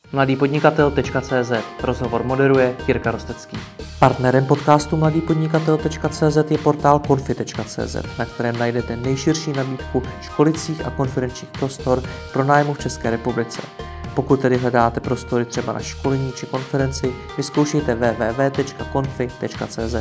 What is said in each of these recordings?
mladýpodnikatel.cz. Rozhovor moderuje Jirka Rostecký. Partnerem podcastu mladýpodnikatel.cz je portál konfi.cz, na kterém najdete nejširší nabídku školicích a konferenčních prostor pro nájmu v České republice. Pokud tedy hledáte prostory třeba na školení či konferenci, vyzkoušejte www.konfi.cz.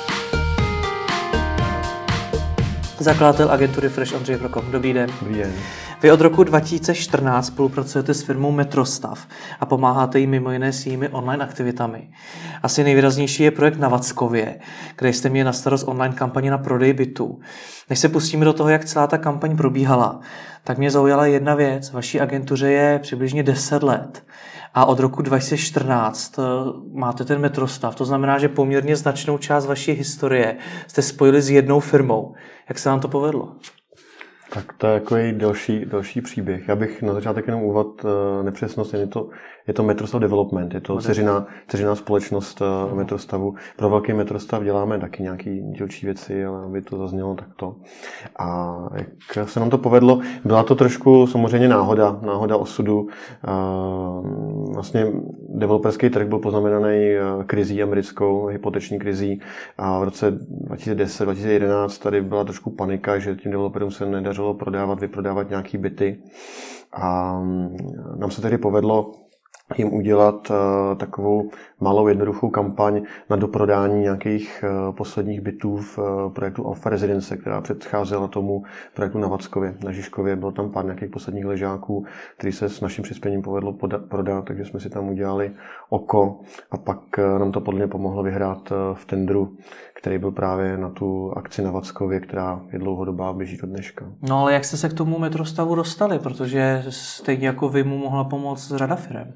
Zakladatel agentury Fresh Ondřej Prokop. Dobrý den. Dobrý den. Vy od roku 2014 spolupracujete s firmou Metrostav a pomáháte jí mimo jiné s jejími online aktivitami. Asi nejvýraznější je projekt na Vackově, kde jste měli na starost online kampaně na prodej bytů. Než se pustíme do toho, jak celá ta kampaň probíhala, tak mě zaujala jedna věc. Vaší agentuře je přibližně 10 let a od roku 2014 máte ten Metrostav. To znamená, že poměrně značnou část vaší historie jste spojili s jednou firmou. Jak se vám to povedlo? Tak to je jako další příběh. Já bych na začátek jenom úvod nepřesnost, je to Metrostav Development, je to dceřiná společnost Metrostavu. Pro velký Metrostav děláme taky nějaký dílčí věci, ale aby to zaznělo takto. A jak se nám to povedlo, byla to trošku samozřejmě náhoda osudu. Vlastně developerský trh byl poznamenaný krizí americkou, hypoteční krizí a v roce 2010-2011 tady byla trošku panika, že tím developerům se nedařilo vyprodávat nějaký byty a nám se tedy povedlo jim udělat takovou malou jednoduchou kampaň na doprodání nějakých posledních bytů v projektu Alfa Residence, která předcházela tomu projektu na Vackově, na Žižkově. Bylo tam pár nějakých posledních ležáků, který se s naším přispěním povedlo prodat, takže jsme si tam udělali oko a pak nám to podle mě pomohlo vyhrát v tendru, který byl právě na tu akci na Vackově, která je dlouhodobá, běží do dneška. No ale jak jste se k tomu Metrostavu dostali, protože stejně jako vy mu mohla pomoct řada firem?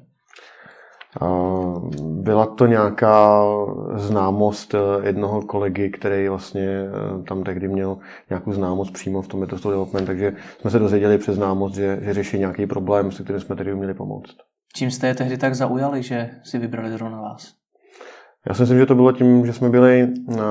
Byla to nějaká známost jednoho kolegy, který vlastně tam tehdy měl nějakou známost přímo v tom Metrostav Development, takže jsme se dozvěděli přes známost, že řeší nějaký problém, se kterým jsme tedy uměli pomoct. Čím jste je tehdy tak zaujali, že si vybrali zrovna vás? Já si myslím, že to bylo tím, že jsme byli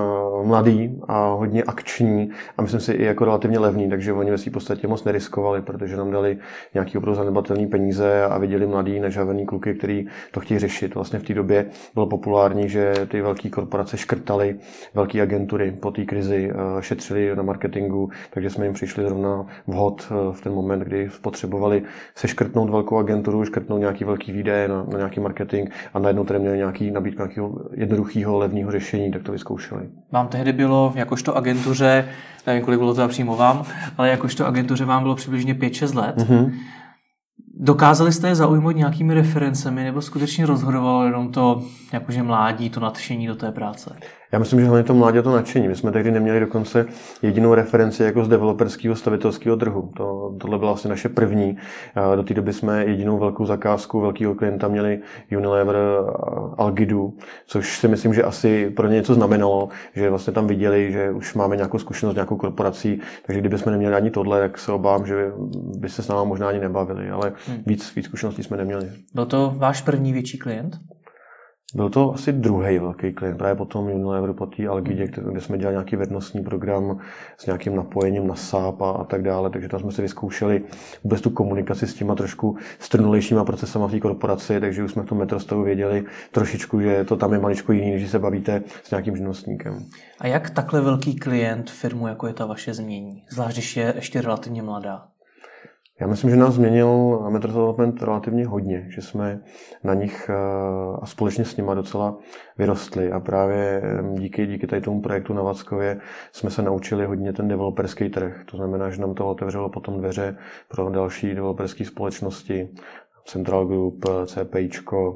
mladí a hodně akční a myslím si i jako relativně levní, takže oni ve svým podstatě moc neriskovali, protože nám dali nějaký opravdu zanedbatelný peníze a viděli mladý nežavený kluky, který to chtějí řešit. Vlastně v té době bylo populární, že ty velké korporace škrtaly velké agentury po té krizi, šetřili na marketingu, takže jsme jim přišli zrovna vhod v ten moment, kdy potřebovali seškrtnout velkou agenturu, škrtnout nějaký velký výdaje na nějaký marketing a najednou tady měli nabídku nějakého jednoduchého, levného řešení, tak to vyzkoušeli. Vám tehdy bylo, jakožto agentuře, nevím, kolik bylo to přímo vám, ale jakožto agentuře vám bylo přibližně 5-6 let. Mm-hmm. Dokázali jste je zaujmout nějakými referencemi, nebo skutečně rozhodovalo jenom to, jakože mládí, to nadšení do té práce? Já myslím, že hlavně to mládí a to nadšení. My jsme tehdy neměli dokonce jedinou referenci jako z developerského stavitelského trhu. Tohle byla vlastně naše první. Do té doby jsme jedinou velkou zakázku velkého klienta měli Unilever Algidu, což si myslím, že asi pro ně něco znamenalo, že vlastně tam viděli, že už máme nějakou zkušenost, nějakou korporací, takže kdybychom neměli ani tohle, tak se obávám, že by se s námi možná ani nebavili, ale víc zkušeností jsme neměli. Byl to váš první větší klient? Byl to asi druhý velký klient, právě potom Unilever, po té Algidě, kde jsme dělali nějaký vědnostní program s nějakým napojením na SAP a tak dále, takže tam jsme si vyzkoušeli vůbec tu komunikaci s těma trošku strnulejšíma procesama v té korporaci, takže už jsme v tom Metrostavu věděli trošičku, že to tam je maličko jiný, než se bavíte s nějakým živnostníkem. A jak takhle velký klient firmu, jako je ta vaše, změní? Zvlášť, když je ještě relativně mladá. Já myslím, že nás změnil Metrostav Development relativně hodně, že jsme na nich a společně s nimi docela vyrostli a právě díky tady tomu projektu na Vackově jsme se naučili hodně ten developerský trh. To znamená, že nám to otevřelo potom dveře pro další developerské společnosti, Central Group, CPIčko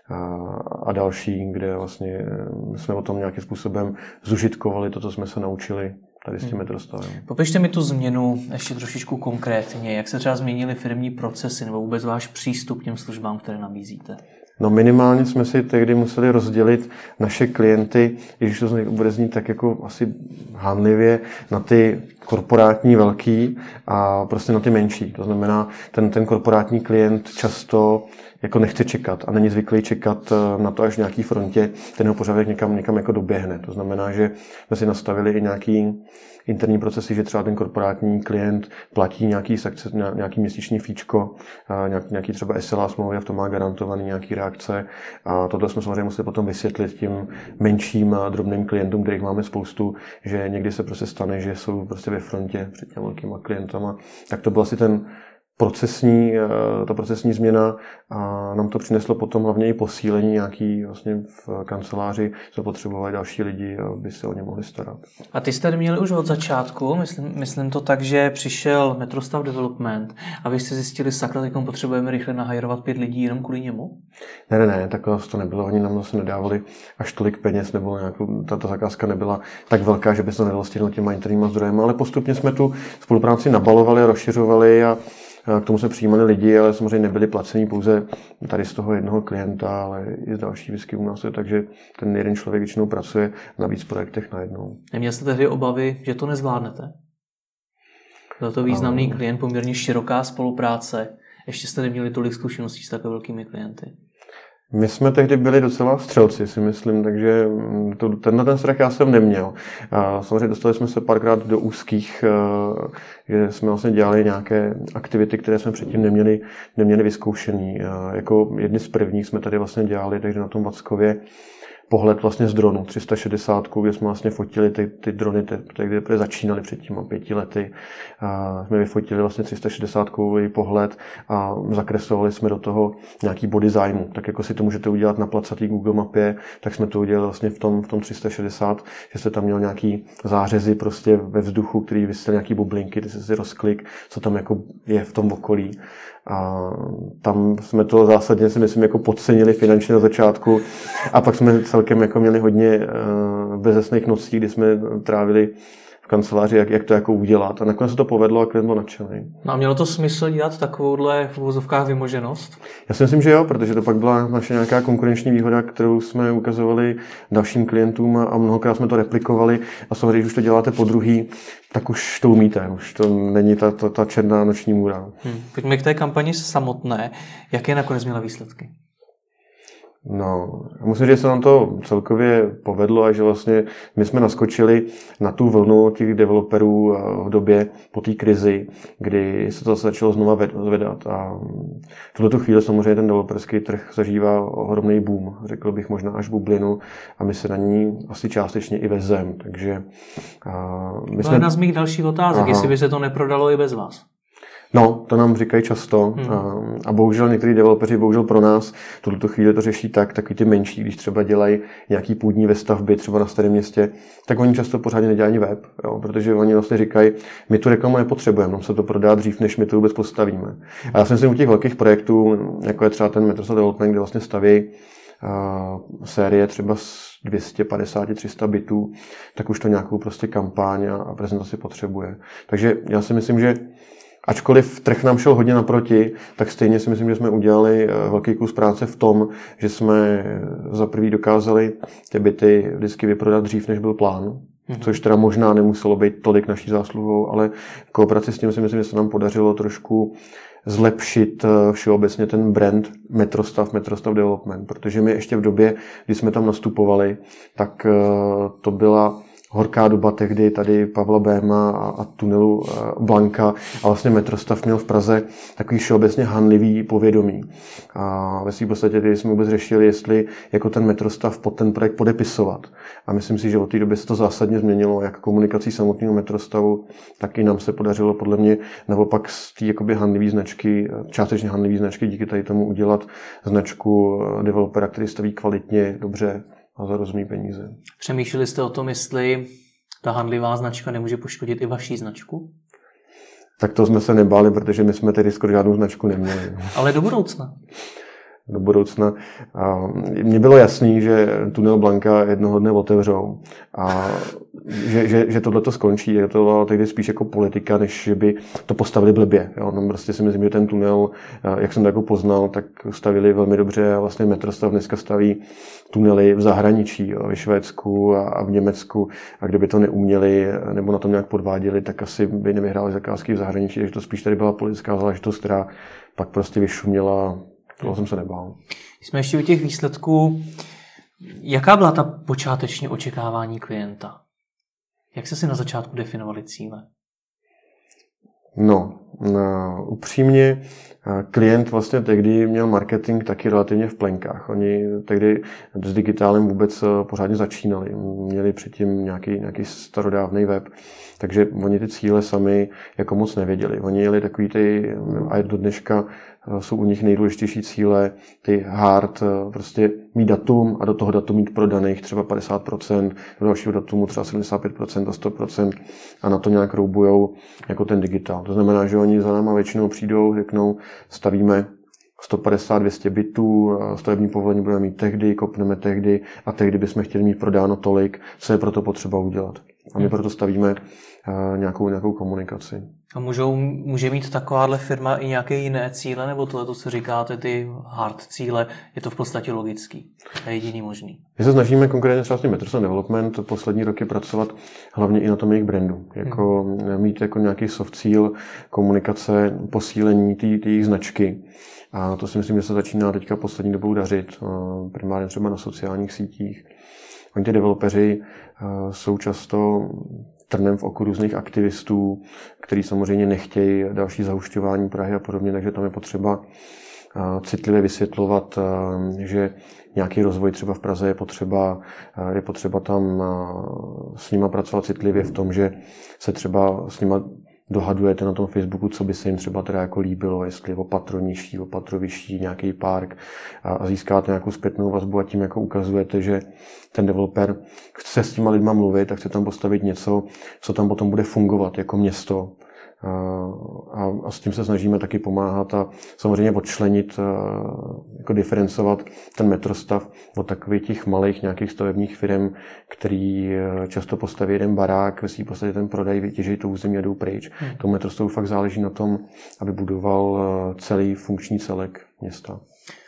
a další, kde vlastně jsme o tom nějakým způsobem zužitkovali to, co jsme se naučili tady s tím Metrostavem. Popište mi tu změnu ještě trošičku konkrétně. Jak se třeba změnily firmní procesy nebo vůbec váš přístup k těm službám, které nabízíte? No minimálně jsme si tehdy museli rozdělit naše klienty, když to bude znít tak jako asi hanlivě, na ty korporátní velký a prostě na ty menší. To znamená, ten korporátní klient často jako nechce čekat a není zvyklý čekat na to, až v nějaký frontě ten jeho požadavek někam jako doběhne. To znamená, že jsme si nastavili i nějaký interní procesy, že třeba ten korporátní klient platí nějaký měsíční fíčko, nějaký třeba SLA smlouvy a v tom má garantovaný nějaký reakce. A tohle jsme samozřejmě museli potom vysvětlit tím menším a drobným klientům, kterých máme spoustu, že někdy se prostě stane, že jsou prostě ve frontě před těmi velkýma klientama. Tak to byl asi ta procesní změna a nám to přineslo potom hlavně i posílení nějaký vlastně v kanceláři, jsme potřebovali další lidi, aby se o ně mohli starat. A ty jste měli už od začátku, myslím to tak, že přišel Metrostav Development a vy jste zjistili, sakra, teď potřebujeme rychle nahajrovat 5 lidí jenom kvůli němu? Ne, takhle to nebylo, oni nám zase nedávali až tolik peněz, nebo ta zakázka nebyla tak velká, že by se to nedalo stihnout těma interníma zdrojema, ale postupně jsme tu spolupráci nabalovali, rozšiřovali a k tomu se přijímali lidi, ale samozřejmě nebyli placení pouze tady z toho jednoho klienta, ale i z další whisky u nás, takže ten jeden člověk většinou pracuje na víc projektech najednou. Neměl jste tehdy obavy, že to nezvládnete? Byl to významný klient, poměrně široká spolupráce. Ještě jste neměli tolik zkušeností s takhle velkými klienty. My jsme tehdy byli docela střelci, si myslím, takže ten strach já jsem neměl. Samozřejmě dostali jsme se párkrát do úzkých, že jsme vlastně dělali nějaké aktivity, které jsme předtím neměli vyzkoušený. Jako jedni z prvních jsme tady vlastně dělali, takže na tom Vackově pohled vlastně z dronu 360, kde jsme vlastně fotili ty drony, kde začínali před těma 5 lety. Jsme vyfotili vlastně 360 pohled a zakreslovali jsme do toho nějaký body zájmu. Tak jako si to můžete udělat na placatý Google mapě, tak jsme to udělali vlastně v tom 360, že jste tam měl nějaký zářezy prostě ve vzduchu, který vysílal nějaký bublinky, ty jsi si rozklik, co tam jako je v tom okolí. A tam jsme to zásadně si myslím jako podcenili finančně na začátku a pak jsme celkem jako měli hodně bezesných nocí, kdy jsme trávili v kanceláři, jak to jako udělat. A nakonec se to povedlo a klient byl nadšený. No a mělo to smysl dělat takovouhle v uvozovkách vymoženost? Já si myslím, že jo, protože to pak byla naše nějaká konkurenční výhoda, kterou jsme ukazovali dalším klientům a mnohokrát jsme to replikovali. A samozřejmě, když už to děláte po druhý, tak už to umíte. Už to není ta černá noční můra. Pojďme k té kampani samotné. Jaké nakonec měla výsledky? No, musím říct, že se nám to celkově povedlo a že vlastně my jsme naskočili na tu vlnu těch developerů v době po té krizi, kdy se to začalo znova zvedat. A v tuto chvíli samozřejmě ten developerský trh zažívá ohromný boom, řekl bych možná až bublinu a my se na ní asi částečně i vezem. Takže my jsme... jedna z mých dalších otázek, jestli by se to neprodalo i bez vás. No, to nám říkají často a bohužel některý developeři, bohužel pro nás, tuto chvíli to řeší takový ty menší, když třeba dělají nějaký půdní ve stavbě, třeba na Starém Městě, tak oni často pořádně nedělají ani web, jo, protože oni vlastně říkají, my tu reklamu nepotřebujeme, nám se to prodá dřív, než my to vůbec postavíme. A já si myslím u těch velkých projektů, jako je třeba ten Metrostav Development, kde vlastně staví série třeba z 250-300 bitů, tak už to nějakou prostě kampaň a prezentaci potřebuje. Takže já si myslím, že ačkoliv trh nám šel hodně naproti, tak stejně si myslím, že jsme udělali velký kus práce v tom, že jsme za prvý dokázali ty byty vždycky vyprodat dřív, než byl plán. Což teda možná nemuselo být tolik naší zásluhou, ale v kooperaci s tím si myslím, že se nám podařilo trošku zlepšit všeobecně ten brand Metrostav Development, protože my ještě v době, kdy jsme tam nastupovali, tak to byla horká doba tehdy tady Pavla Béma a tunelu Blanka a vlastně Metrostav měl v Praze takový všeobecně hanlivý povědomí. A ve svým podstatě tady jsme vůbec řešili, jestli jako ten Metrostav pod ten projekt podepisovat. A myslím si, že od té doby se to zásadně změnilo, jak komunikací samotného Metrostavu, tak i nám se podařilo podle mě naopak z té jakoby hanlivý značky, částečně hanlivý značky díky tady tomu udělat značku developera, který staví kvalitně, dobře a za rozumný peníze. Přemýšleli jste o tom, jestli ta handlivá značka nemůže poškodit i vaší značku? Tak to jsme se nebáli, protože my jsme tedy skoro žádnou značku neměli. Ale do budoucna? do budoucna. A mně bylo jasný, že tunel Blanka jednoho dne otevřou a že tohle to skončí. Je to bylo tehdy spíš jako politika, než že by to postavili blbě. Jo? No, prostě si myslím, že ten tunel, jak jsem to jako poznal, tak stavili velmi dobře a vlastně Metrostav dneska staví tunely v zahraničí, jo? Ve Švédsku a v Německu, a kdyby to neuměli nebo na tom nějak podváděli, tak asi by nevyhráli zakázky v zahraničí, takže to spíš tady byla politická záležitost, která pak prostě vyšuměla. Toho jsem se nebál. Jsme ještě u těch výsledků. Jaká byla ta počáteční očekávání klienta? Jak jste si na začátku definovali cíle? No, upřímně, klient vlastně tehdy měl marketing taky relativně v plenkách. Oni tehdy s digitálem vůbec pořádně začínali. Měli předtím nějaký starodávný web, takže oni ty cíle sami jako moc nevěděli. Oni jeli takový ty, a do dneška jsou u nich nejdůležitější cíle, ty hard, prostě mít datum a do toho datu mít prodaných třeba 50%, do dalšího datumu třeba 75% a 100% a na to nějak roubujou jako ten digitál. To znamená, že oni za náma většinou přijdou, řeknou, stavíme 150-200 bytů, stavební povolení budeme mít tehdy, kopneme tehdy a tehdy bychom chtěli mít prodáno tolik, co je proto potřeba udělat. A my proto stavíme nějakou komunikaci. A může mít takováhle firma i nějaké jiné cíle, nebo tohle, co říkáte, ty hard cíle, je to v podstatě logický a jediný možný? My se snažíme konkrétně třeba s tím Metrostav Development poslední roky pracovat hlavně i na tom jejich brandu. Mít jako nějaký soft cíl, komunikace, posílení té jejich značky. A to si myslím, že se začíná teďka poslední dobou dařit, primárně třeba na sociálních sítích. Oni ty developeři jsou často trnem v oku různých aktivistů, kteří samozřejmě nechtějí další zahušťování Prahy a podobně, takže tam je potřeba citlivě vysvětlovat, že nějaký rozvoj třeba v Praze je potřeba tam s nima pracovat citlivě v tom, že se třeba s nima dohadujete na tom Facebooku, co by se jim třeba teda jako líbilo, jestli o patro nižší, o patro vyšší, nějaký park a získáte nějakou zpětnou vazbu a tím jako ukazujete, že ten developer chce s těma lidma mluvit a chce tam postavit něco, co tam potom bude fungovat jako město. A s tím se snažíme taky pomáhat a samozřejmě odčlenit, jako diferencovat ten Metrostav od takových těch malých nějakých stavebních firm, který často postaví jeden barák, ve svým podstatě ten prodej, vytěží to území a jdou pryč. Tomu Metrostavu fakt záleží na tom, aby budoval celý funkční celek města.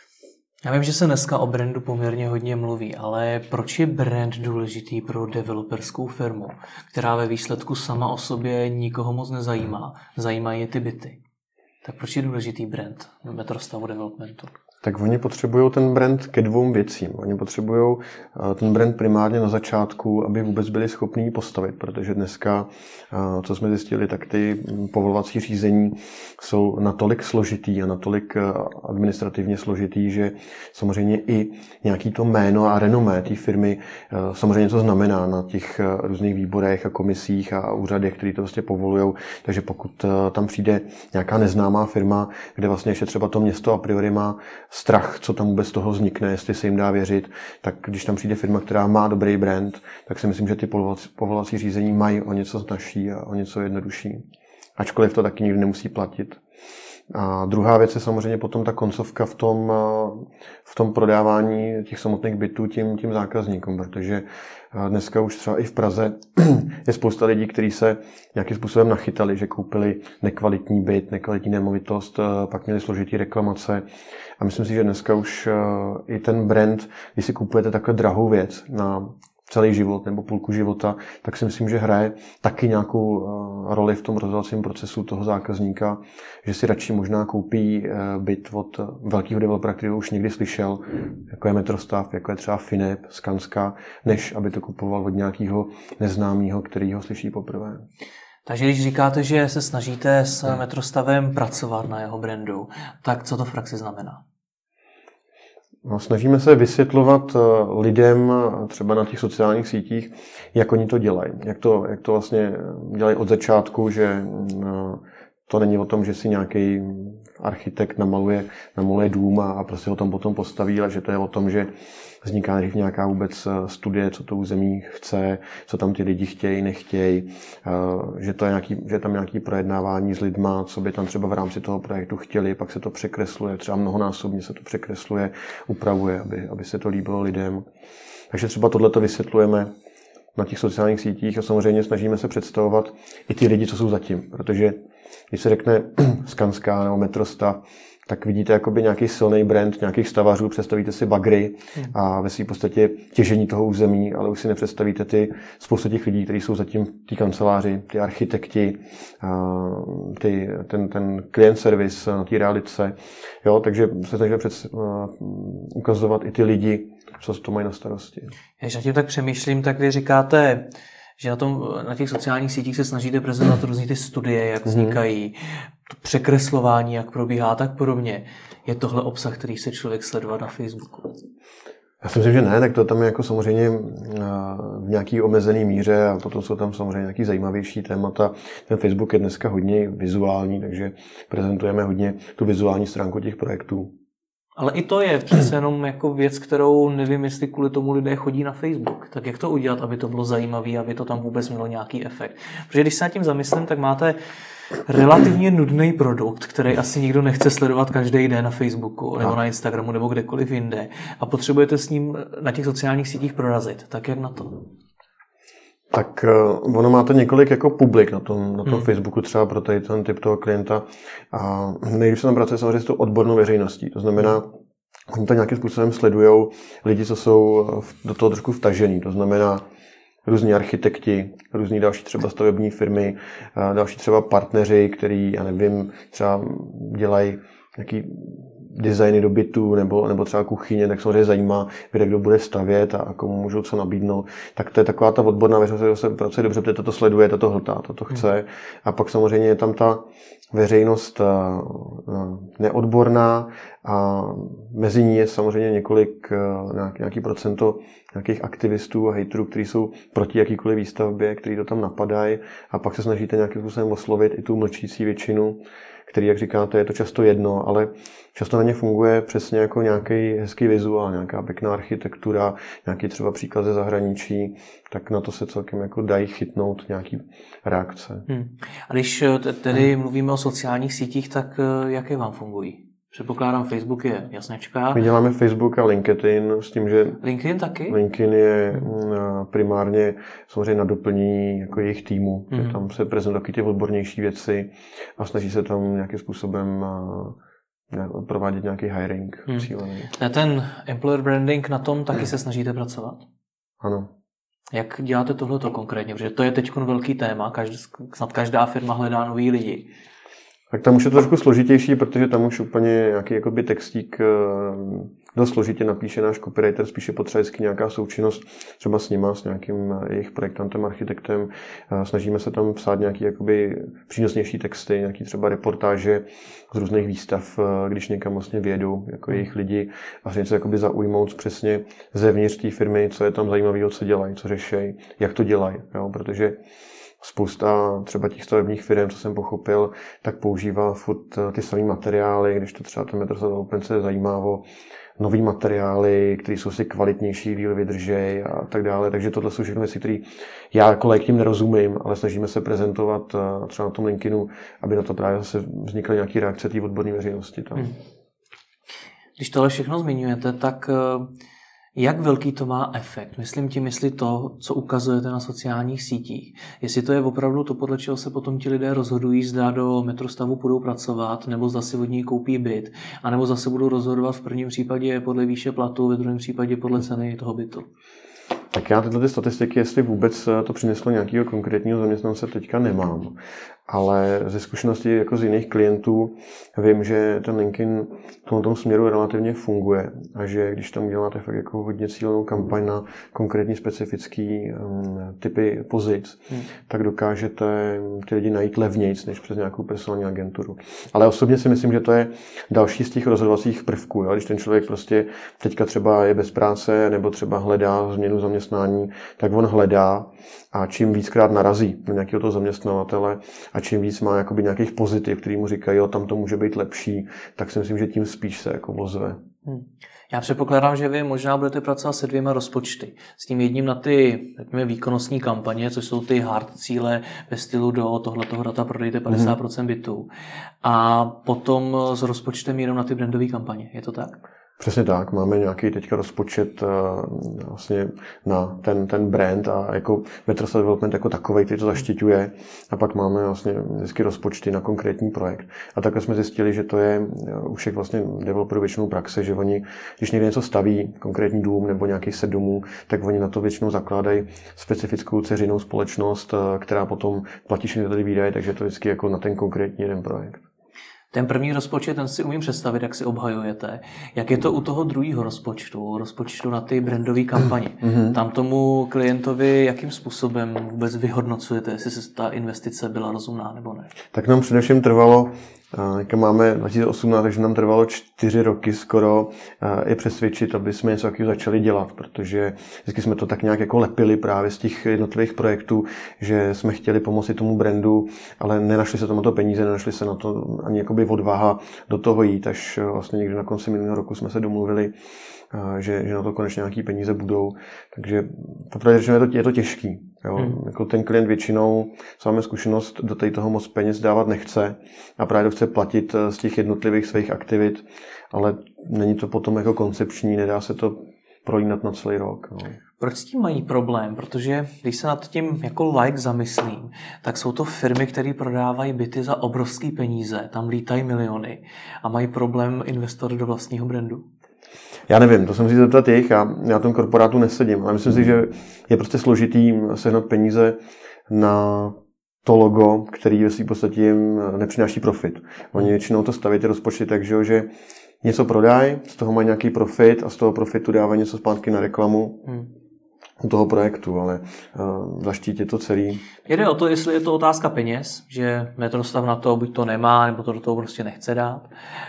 Já vím, že se dneska o brandu poměrně hodně mluví, ale proč je brand důležitý pro developerskou firmu, která ve výsledku sama o sobě nikoho moc nezajímá? Zajímají je ty byty. Tak proč je důležitý brand Metrostavu Developmentu? Tak oni potřebují ten brand ke dvou věcím. Oni potřebují ten brand primárně na začátku, aby vůbec byli schopní postavit, protože dneska, co jsme zjistili, tak ty povolovací řízení jsou natolik složitý a natolik administrativně složitý, že samozřejmě i nějaký to jméno a renomé té firmy samozřejmě to znamená na těch různých výborech a komisích a úřadech, které to vlastně povolujou. Takže pokud tam přijde nějaká neznámá firma, kde vlastně ještě třeba to město a priori má strach, co tam vůbec z toho vznikne, jestli se jim dá věřit, tak když tam přijde firma, která má dobrý brand, tak si myslím, že ty povolovací řízení mají o něco snažší a o něco jednodušší. Ačkoliv to taky nikdy nemusí platit. A druhá věc je samozřejmě potom ta koncovka v tom prodávání těch samotných bytů tím zákazníkům, protože dneska už třeba i v Praze je spousta lidí, kteří se nějakým způsobem nachytali, že koupili nekvalitní byt, nekvalitní nemovitost, pak měli složitý reklamace. A myslím si, že dneska už i ten brand, když si kupujete takhle drahou věc na celý život nebo půlku života, tak si myslím, že hraje taky nějakou roli v tom rozhodovacím procesu toho zákazníka, že si radši možná koupí byt od velkého developera, který už někdy slyšel, jako je Metrostav, jako je třeba Finep, Skanska, než aby to kupoval od nějakého neznámého, který ho slyší poprvé. Takže když říkáte, že se snažíte s Metrostavem pracovat na jeho brandu, tak co to v praxi znamená? No, snažíme se vysvětlovat lidem třeba na těch sociálních sítích, jak oni to dělají. Jak to vlastně dělají od začátku, že To není o tom, že si nějaký architekt namaluje dům a prostě ho tam potom postaví, ale že to je o tom, že vzniká nejdřív nějaká vůbec studie, co to území chce, co tam ty lidi chtějí, nechtějí, že je tam nějaké projednávání s lidma, co by tam třeba v rámci toho projektu chtěli, pak se to překresluje, třeba mnohonásobně se to překresluje, upravuje, aby se to líbilo lidem. Takže třeba tohleto vysvětlujeme na těch sociálních sítích a samozřejmě snažíme se představovat i ty lidi, co jsou zatím, protože když se řekne Skanska nebo Metrostav, tak vidíte jakoby nějaký silný brand nějakých stavařů, představíte si bagry a ve svým podstatě těžení toho území, ale už si nepředstavíte spoustu těch lidí, kteří jsou zatím v té kanceláři, ty architekti, ten client service na té realitce. Jo, takže se snažíme ukazovat i ty lidi, co to mají na starosti. Když na tím tak přemýšlím, tak vy říkáte, že na těch sociálních sítích se snažíte prezentovat různý ty studie, jak vznikají, to překreslování, jak probíhá, tak podobně. Je tohle obsah, který se člověk sledovat na Facebooku? Já si myslím, že ne, tak to tam je jako samozřejmě v nějaký omezený míře a potom jsou tam samozřejmě nějaký zajímavější témata. Ten Facebook je dneska hodně vizuální, takže prezentujeme hodně tu vizuální stránku těch projektů. Ale i to je přece jenom jako věc, kterou nevím, jestli kvůli tomu lidé chodí na Facebook. Tak jak to udělat, aby to bylo zajímavé, aby to tam vůbec mělo nějaký efekt? Protože když se nad tím zamyslím, tak máte relativně nudný produkt, který asi nikdo nechce sledovat každý den na Facebooku nebo na Instagramu nebo kdekoliv jinde a potřebujete s ním na těch sociálních sítích prorazit. Tak jak na to? Tak ono máte několik jako publik na tom Facebooku třeba pro ten typ toho klienta a nejdřív se tam pracuje samozřejmě s tou odbornou veřejností. To znamená, oni to nějakým způsobem sledujou lidi, co jsou do toho trošku vtažení. To znamená různí architekti, různí další třeba stavební firmy, další třeba partneři, který, já nevím, třeba dělají nějaký designy do bytu nebo třeba kuchyně, tak samozřejmě zajímá, kde kdo bude stavět a komu můžou co nabídnout. Tak to je taková ta odborná veřejnost, která se pracuje dobře, protože toto sleduje, toto hltá, toto chce. A pak samozřejmě je tam ta veřejnost neodborná a mezi ní je samozřejmě nějaký procento nějakých aktivistů a hejterů, kteří jsou proti jakýkoliv výstavbě, kteří to tam napadají a pak se snažíte nějakým způsobem oslovit i tu mlčící většinu, který, jak říkáte, je to často jedno, ale často na ně funguje přesně jako nějaký hezký vizuál, nějaká pěkná architektura, nějaký třeba příklad ze zahraničí, tak na to se celkem jako dají chytnout nějaký reakce. A když tedy mluvíme o sociálních sítích, tak jaké vám fungují? Předpokládám, Facebook je jasnečka. My děláme Facebook a LinkedIn s tím, že LinkedIn taky? LinkedIn je primárně samozřejmě na doplnění jako jejich týmu. Tam se prezentují taky ty odbornější věci a snaží se tam nějakým způsobem provádět nějaký hiring cílený. A ten employer branding, na tom taky se snažíte pracovat? Ano. Jak děláte tohleto konkrétně? Protože to je teď velký téma, snad každá firma hledá nový lidi. Tak tam už je to trošku složitější, protože tam už úplně nějaký jakoby textík dost složitě napíše náš copywriter, spíše potřeba nějaká součinnost třeba s nima, s nějakým jejich projektantem, architektem. Snažíme se tam psát nějaký jakoby přínosnější texty, nějaký třeba reportáže z různých výstav, když někam vlastně vědou jako jejich lidi a něco jakoby zaujmout přesně zevnitř té firmy, co je tam zajímavého, co dělají, co řešejí, jak to dělají, jo? Protože spousta třeba těch stavebních firm, co jsem pochopil, tak používá furt ty samé materiály, když to třeba ten Metrostav Open se zajímá o nový materiály, které jsou si kvalitnější, díl vydržej a tak dále. Takže tohle jsou všechny věci, které já jako laik tím nerozumím, ale snažíme se prezentovat třeba na tom LinkedInu, aby na to právě zase vznikly nějaké reakce té odborné veřejnosti tam. Když tohle všechno zmiňujete, tak jak velký to má efekt? Myslím tím, jestli to, co ukazujete na sociálních sítích, jestli to je opravdu to, podle čeho se potom ti lidé rozhodují, zda do Metrostavu budou pracovat, nebo zda si od něj koupí byt, anebo zase budou rozhodovat v prvním případě podle výše platu, ve druhém případě podle ceny toho bytu. Tak já tyhle statistiky, jestli vůbec to přineslo nějakého konkrétního zaměstnance, teďka nemám. Ale ze zkušeností jako z jiných klientů vím, že ten LinkedIn v tom směru relativně funguje a že když tam děláte fakt jako hodně cílenou kampaň na konkrétní specifický typy pozic, tak dokážete ty lidi najít levnějc než přes nějakou personální agenturu. Ale osobně si myslím, že to je další z těch rozhodovacích prvků. Jo? Když ten člověk prostě teďka třeba je bez práce nebo třeba hledá změnu zaměstnání, tak on hledá a čím víckrát narazí na nějakého toho zaměstnavatele a a čím víc má jakoby nějakých pozitiv, který mu říkají, jo, tam to může být lepší, tak si myslím, že tím spíš se jako ozve. Já předpokládám, že vy možná budete pracovat se 2 rozpočty. S tím jedním na ty výkonnostní kampaně, což jsou ty hard cíle ve stylu do tohletoho data prodejte 50% bytů. A potom s rozpočtem jenom na ty brandové kampaně. Je to tak? Přesně tak, máme nějaký teďka rozpočet vlastně na ten brand a jako Metrostar Development jako takovej, který to zaštiťuje, a pak máme vlastně vždycky rozpočty na konkrétní projekt. A takhle jsme zjistili, že to je u všech vlastně developerů většinou praxe, že oni, když někde něco staví, konkrétní dům nebo nějaký set domů, tak oni na to většinou zakládají specifickou dceřinou společnost, která potom platí všechny tady výdaje, takže to vždycky jako na ten konkrétní jeden projekt. Ten první rozpočet, ten si umím představit, jak si obhajujete. Jak je to u toho druhého rozpočtu na ty brandové kampaně? Tam tomu klientovi jakým způsobem vůbec vyhodnocujete, jestli se ta investice byla rozumná nebo ne? Tak nám především trvalo, jak máme 2018, takže nám trvalo 4 roky skoro je přesvědčit, aby jsme něco takového začali dělat, protože vždycky jsme to tak nějak jako lepili právě z těch jednotlivých projektů, že jsme chtěli pomoci tomu brandu, ale nenašli se tomu to peníze, nenašli se na to ani jakoby odvaha do toho jít, až vlastně někdy na konci minulého roku jsme se domluvili, že na to konečně nějaký peníze budou. Takže popravdě řečeno je to těžký. Jo? Jako ten klient většinou, co máme zkušenost, do toho moc peněz dávat nechce a právě chce platit z těch jednotlivých svých aktivit, ale není to potom jako koncepční, nedá se to prolínat na celý rok. No. Proč s tím mají problém? Protože když se nad tím jako like zamyslím, tak jsou to firmy, které prodávají byty za obrovský peníze, tam lítají miliony a mají problém investovat do vlastního brandu. Já nevím, to jsem si zeptat jich, já na tom korporátu nesedím, ale myslím si, že je prostě složitý sehnat peníze na to logo, který ve svým podstatě jim nepřináší profit. Oni většinou to staví ty rozpočty tak, že něco prodají, z toho mají nějaký profit a z toho profitu dávají něco zpátky na reklamu u toho projektu, ale zaštítit to celý. Jde o to, jestli je to otázka peněz, že Metrostav na to buď to nemá, nebo to do toho prostě nechce dát,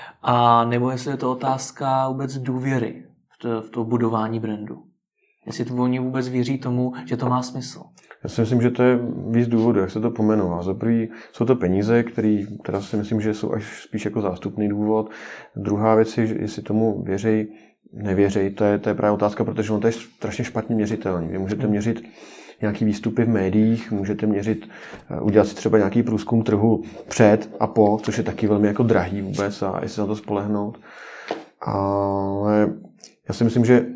a nebo jestli je to otázka vůbec důvěry v to budování brandu. Jestli oni vůbec věří tomu, že to má smysl. Já si myslím, že to je víc důvodů, jak se to pomenová. Za prvý jsou to peníze, které teda si myslím, že jsou až spíš jako zástupný důvod. Druhá věc je, jestli tomu věří, nevěří. To je právě otázka, protože on to je strašně špatně měřitelný. Vy můžete měřit nějaký výstupy v médiích, můžete měřit, udělat si třeba nějaký průzkum trhu před a po, což je taky velmi jako drahý vůbec a jestli na to spolehnout. Ale já si myslím, že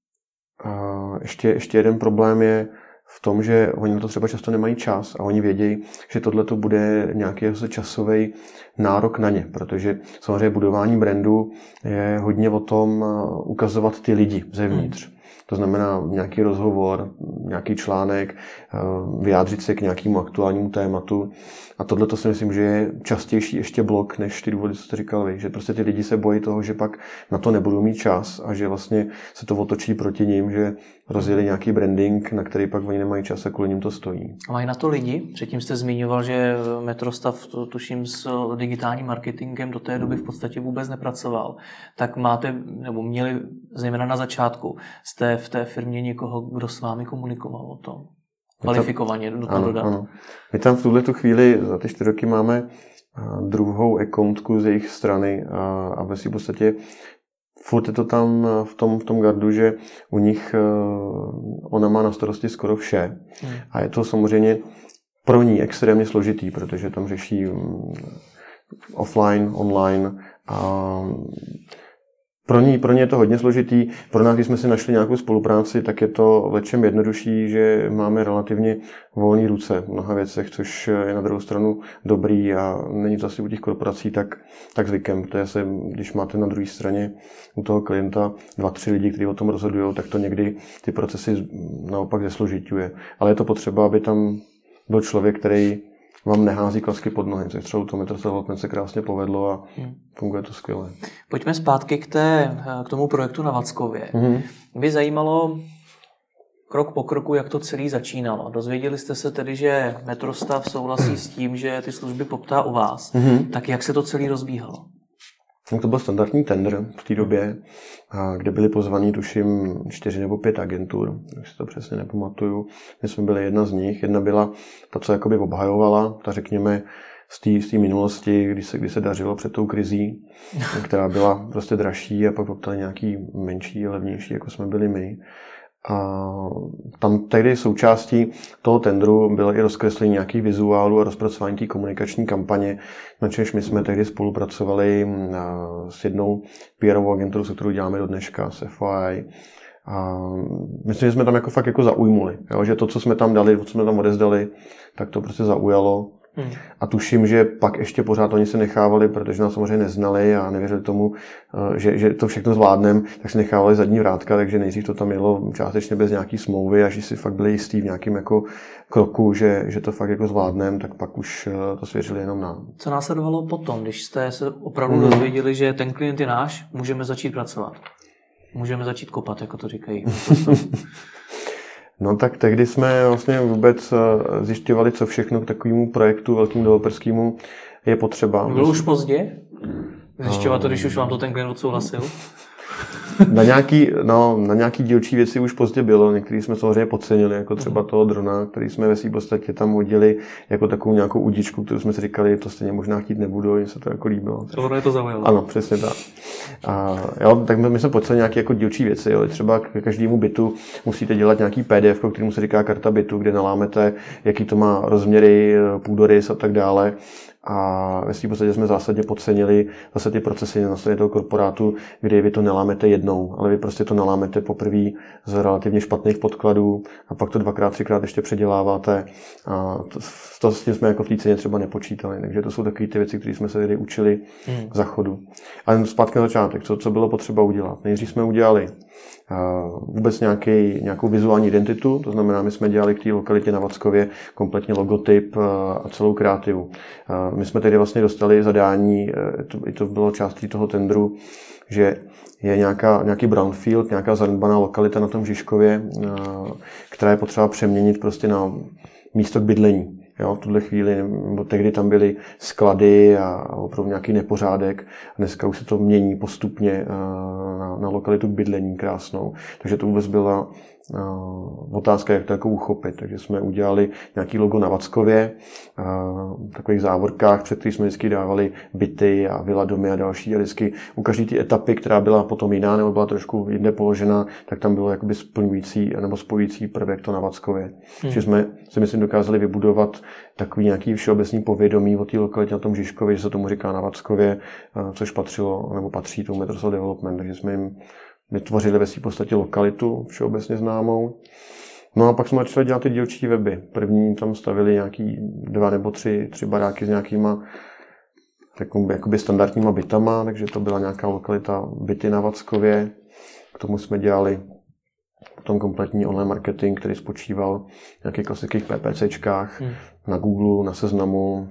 ještě jeden problém je v tom, že oni na to třeba často nemají čas a oni vědí, že tohle to bude nějaký časový nárok na ně, protože samozřejmě budování brandu je hodně o tom ukazovat ty lidi zevnitř. To znamená nějaký rozhovor, nějaký článek, vyjádřit se k nějakému aktuálnímu tématu. A tohle to si myslím, že je častější ještě blok, než ty důvody, co jste říkal vy. Že prostě ty lidi se bojí toho, že pak na to nebudou mít čas a že vlastně se to otočí proti ním, že rozjeli nějaký branding, na který pak oni nemají čas a kvůli ním to stojí. A mají na to lidi? Předtím jste zmiňoval, že Metrostav, tuším, s digitálním marketingem do té doby v podstatě vůbec nepracoval. Tak máte, nebo měli, zejména na začátku, jste v té firmě někoho, kdo s vámi komunikoval o tom? Kvalifikovaně do toho dodat. Ano. My tam v tuhletu chvíli za ty 4 roky máme druhou accountku z jejich strany a ve v podstatě furt je to tam v tom gardu, že u nich ona má na starosti skoro vše. A je to samozřejmě pro ní extrémně složitý, protože tam řeší offline, online a pro ně je to hodně složitý. Pro nás, když jsme si našli nějakou spolupráci, tak je to lečem jednodušší, že máme relativně volné ruce v mnoha věcech, což je na druhou stranu dobrý a není to asi u těch korporací tak zvykem, protože když máte na druhé straně u toho klienta 2-3 lidi, kteří o tom rozhodují, tak to někdy ty procesy naopak zesložiťuje. Ale je to potřeba, aby tam byl člověk, který vám nehází klacky pod nohy, což třeba u toho Metrostar Development se krásně povedlo a funguje to skvěle. Pojďme zpátky k tomu projektu na Vackově. Mě zajímalo krok po kroku, jak to celé začínalo. Dozvěděli jste se tedy, že Metrostav souhlasí s tím, že ty služby poptá u vás. Tak jak se to celé rozbíhalo? To byl standardní tender v té době, kde byli pozvaní, tuším, 4 nebo 5 agentur, už si to přesně nepamatuju. My jsme byli jedna z nich. Jedna byla ta, co jakoby obhajovala, ta řekněme z té minulosti, kdy se dařilo před tou krizí, která byla prostě dražší a pak poptali nějaký menší, levnější, jako jsme byli my. A tam tehdy součástí toho tendru bylo i rozkreslení nějakých vizuálů a rozpracování té komunikační kampaně, na čemž my jsme tehdy spolupracovali s jednou PR-ovou agenturou, se kterou děláme do dneška, s FYI. A myslím, že jsme tam jako fakt jako zaujmuli, jo? Že to, co jsme tam dali, co jsme tam odezdali, tak to prostě zaujalo. A tuším, že pak ještě pořád oni se nechávali, protože nás samozřejmě neznali a nevěřili tomu, že to všechno zvládneme, tak se nechávali zadní vrátka, takže nejdřív to tam jelo částečně bez nějaký smlouvy, až si fakt byli jistý v nějakém jako kroku, že to fakt jako zvládneme, tak pak už to svěřili jenom nám. Co následovalo potom, když jste se opravdu dozvěděli, že ten klient je náš, můžeme začít pracovat? Můžeme začít kopat, jako to říkají. No tak tehdy jsme vlastně vůbec zjišťovali, co všechno k takovému projektu velkým developerskému je potřeba. Bylo už pozdě zjišťovat to, když už vám to ten klient odsouhlasil? Na nějaký dílčí věci už pozdě bylo, některý jsme samozřejmě podcenili, jako třeba toho drona, který jsme ve svým podstatě tam hodili jako takovou nějakou udičku, kterou jsme si říkali, to stejně možná chtít nebudu, jim se to jako líbilo. Ono je to zaujalo. Ano, přesně tak. Tak my jsme podcenili nějaké jako dílčí věci, jo. Třeba k každému bitu musíte dělat nějaký PDF, kterému se říká karta bitu, kde nalámete, jaký to má rozměry, půdorys a tak dále. A ve svým podstatě jsme zásadně podcenili zase ty procesy na straně toho korporátu, kdy vy to nelámete jednou, ale vy prostě to nalámete poprvé z relativně špatných podkladů a pak to 2x, 3x ještě předěláváte. A to s tím jsme jako v té ceně třeba nepočítali. Takže to jsou takové ty věci, které jsme se tady učili za chodu. Ale zpátky na začátek, co bylo potřeba udělat. Nejdřív jsme udělali vůbec nějakou vizuální identitu, to znamená, my jsme dělali k té lokalitě na Vackově kompletně logotyp a celou kreativu. My jsme tedy vlastně dostali zadání, to bylo částí toho tendru, že je nějaký brownfield, nějaká zanedbaná lokalita na tom Žižkově, která je potřeba přeměnit prostě na místo k bydlení. Jo, v tuhle chvíli, nebo tehdy tam byly sklady a opravdu nějaký nepořádek. Dneska už se to mění postupně na lokalitu k bydlení krásnou. Takže to vůbec byla otázka, jak to jako uchopit. Takže jsme udělali nějaký logo na Vackově, v takových závorkách, před kterých jsme vždycky dávali byty a vila domy a další. A vždycky u každé ty etapy, která byla potom jiná nebo byla trošku jinde položena, tak tam bylo jakoby splňující nebo spojující prvek to na Vackově. Takže jsme si myslím dokázali vybudovat takový nějaký všeobecný povědomí o té lokalitě na tom Žižkově, že se tomu říká na Vackově, což patřilo nebo patří tomu Metrostal Development. Takže jsme jim vytvořili ve své podstatě lokalitu všeobecně známou. No a pak jsme začali dělat ty dílčí weby. První tam stavili nějaký 2 nebo 3 baráky s nějakýma jakoby standardníma bytama, takže to byla nějaká lokalita byty na Vackově. K tomu jsme dělali potom kompletní online marketing, který spočíval v nějakých klasických PPCčkách na Google, na Seznamu.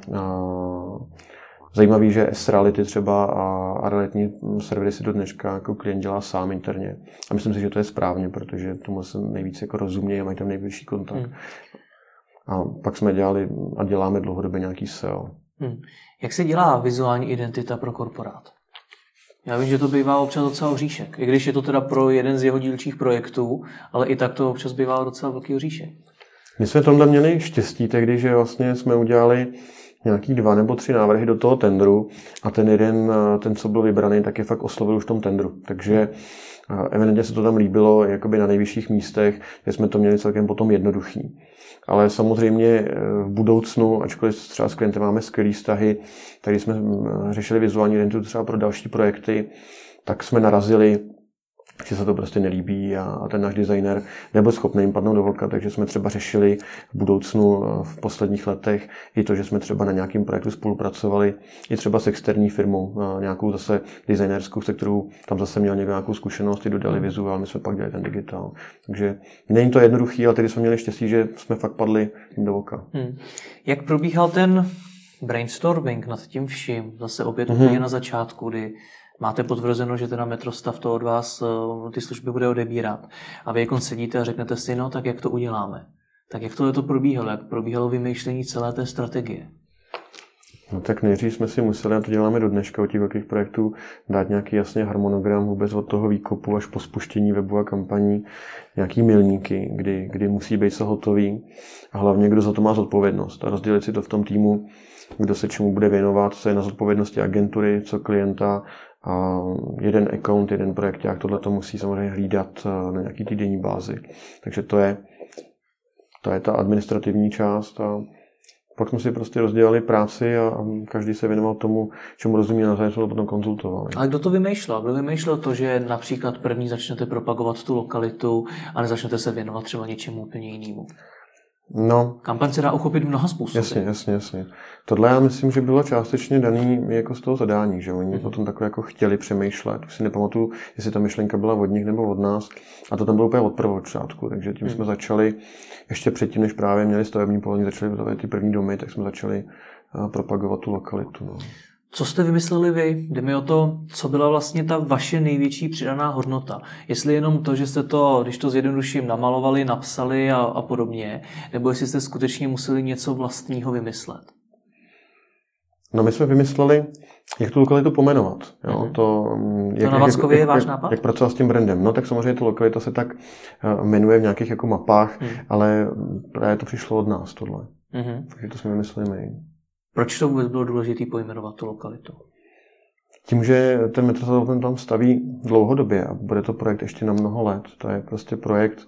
Zajímavý, že S-Reality třeba a realitní servery si do dneška jako klient dělá sám interně. A myslím si, že to je správně, protože tomu se nejvíc jako rozumějí a mají tam nejbližší kontakt. A pak jsme dělali a děláme dlouhodobě nějaký SEO. Jak se dělá vizuální identita pro korporát? Já vím, že to bývá občas docela oříšek. I když je to teda pro jeden z jeho dílčích projektů, ale i tak to občas bývá docela velký oříšek. My jsme tomhle měli štěstí tehdy, že vlastně jsme udělali nějaký 2 nebo 3 návrhy do toho tendru a ten jeden, ten, co byl vybraný, tak je fakt oslovil už v tom tendru. Takže evidentně se to tam líbilo jakoby na nejvyšších místech, kde jsme to měli celkem potom jednoduchý. Ale samozřejmě v budoucnu, ačkoliv třeba s klientem máme skvělý vztahy, tady jsme řešili vizuální identitu třeba pro další projekty, tak jsme narazili, že se to prostě nelíbí a ten náš designer nebyl schopný jim padnout do voka, takže jsme třeba řešili v budoucnu v posledních letech i to, že jsme třeba na nějakém projektu spolupracovali i třeba s externí firmou, nějakou zase designerskou, se kterou tam zase měl někdo nějakou zkušenost, i dodali vizuál, my jsme pak dělali ten digitál. Takže není to jednoduchý, ale tedy jsme měli štěstí, že jsme fakt padli do voka. Jak probíhal ten brainstorming nad tím vším? Zase opět úplně na začátku, kdy máte potvrzeno, že teda Metrostav to od vás ty služby bude odebírat. A vy jako sedíte a řeknete si, no tak jak to uděláme? Tak jak to probíhalo? Jak probíhalo vymýšlení celé té strategie? No tak nejdřív jsme si museli, a to děláme do dneška u těch velkých projektů, dát nějaký jasně harmonogram vůbec od toho výkopu až po spuštění webu a kampaní, nějaký milníky, kdy musí být se hotový a hlavně, kdo za to má zodpovědnost a rozdělit si to v tom týmu, kdo se čemu bude věnovat, co je na zodpovědnosti agentury, co klienta a jeden account, jeden projekt, jak tohle to musí samozřejmě hlídat na nějaký týdenní bázi. Takže to je ta administrativní část a pak jsme si prostě rozdělali práci a každý se věnoval tomu, čemu rozumí, a navzájem jsme to potom konzultovali. Ale kdo to vymýšlel? Kdo vymýšlel to, že například první začnete propagovat tu lokalitu a nezačnete se věnovat třeba něčemu úplně jinému? No, kampaň se dá uchopit mnoha způsoby. Jasně. Tohle já myslím, že bylo částečně daný jako z toho zadání, že oni potom takhle jako chtěli přemýšlet. Už si nepamatuju, jestli ta myšlenka byla od nich nebo od nás. A to tam bylo úplně od prvopočátku, takže tím jsme začali, ještě předtím, než právě měli stavební povolení, začali vytvářet ty první domy, tak jsme začali propagovat tu lokalitu. No. Co jste vymysleli vy? Jde mi o to, co byla vlastně ta vaše největší přidaná hodnota. Jestli jenom to, že jste to, když to zjednoduším, namalovali, napsali a podobně, nebo jestli jste skutečně museli něco vlastního vymyslet? No my jsme vymysleli, jak tu lokalitu pomenovat. Jo? To na Vackově je váš nápad? Jak pracovat s tím brandem. No tak samozřejmě ta lokalita se tak jmenuje v nějakých jako mapách, ale právě to přišlo od nás tohle. Takže to jsme vymysleli my. Proč to vůbec bylo důležité pojmenovat tu lokalitu? Tím, že ten Metrostav tam staví dlouhodobě a bude to projekt ještě na mnoho let. To je prostě projekt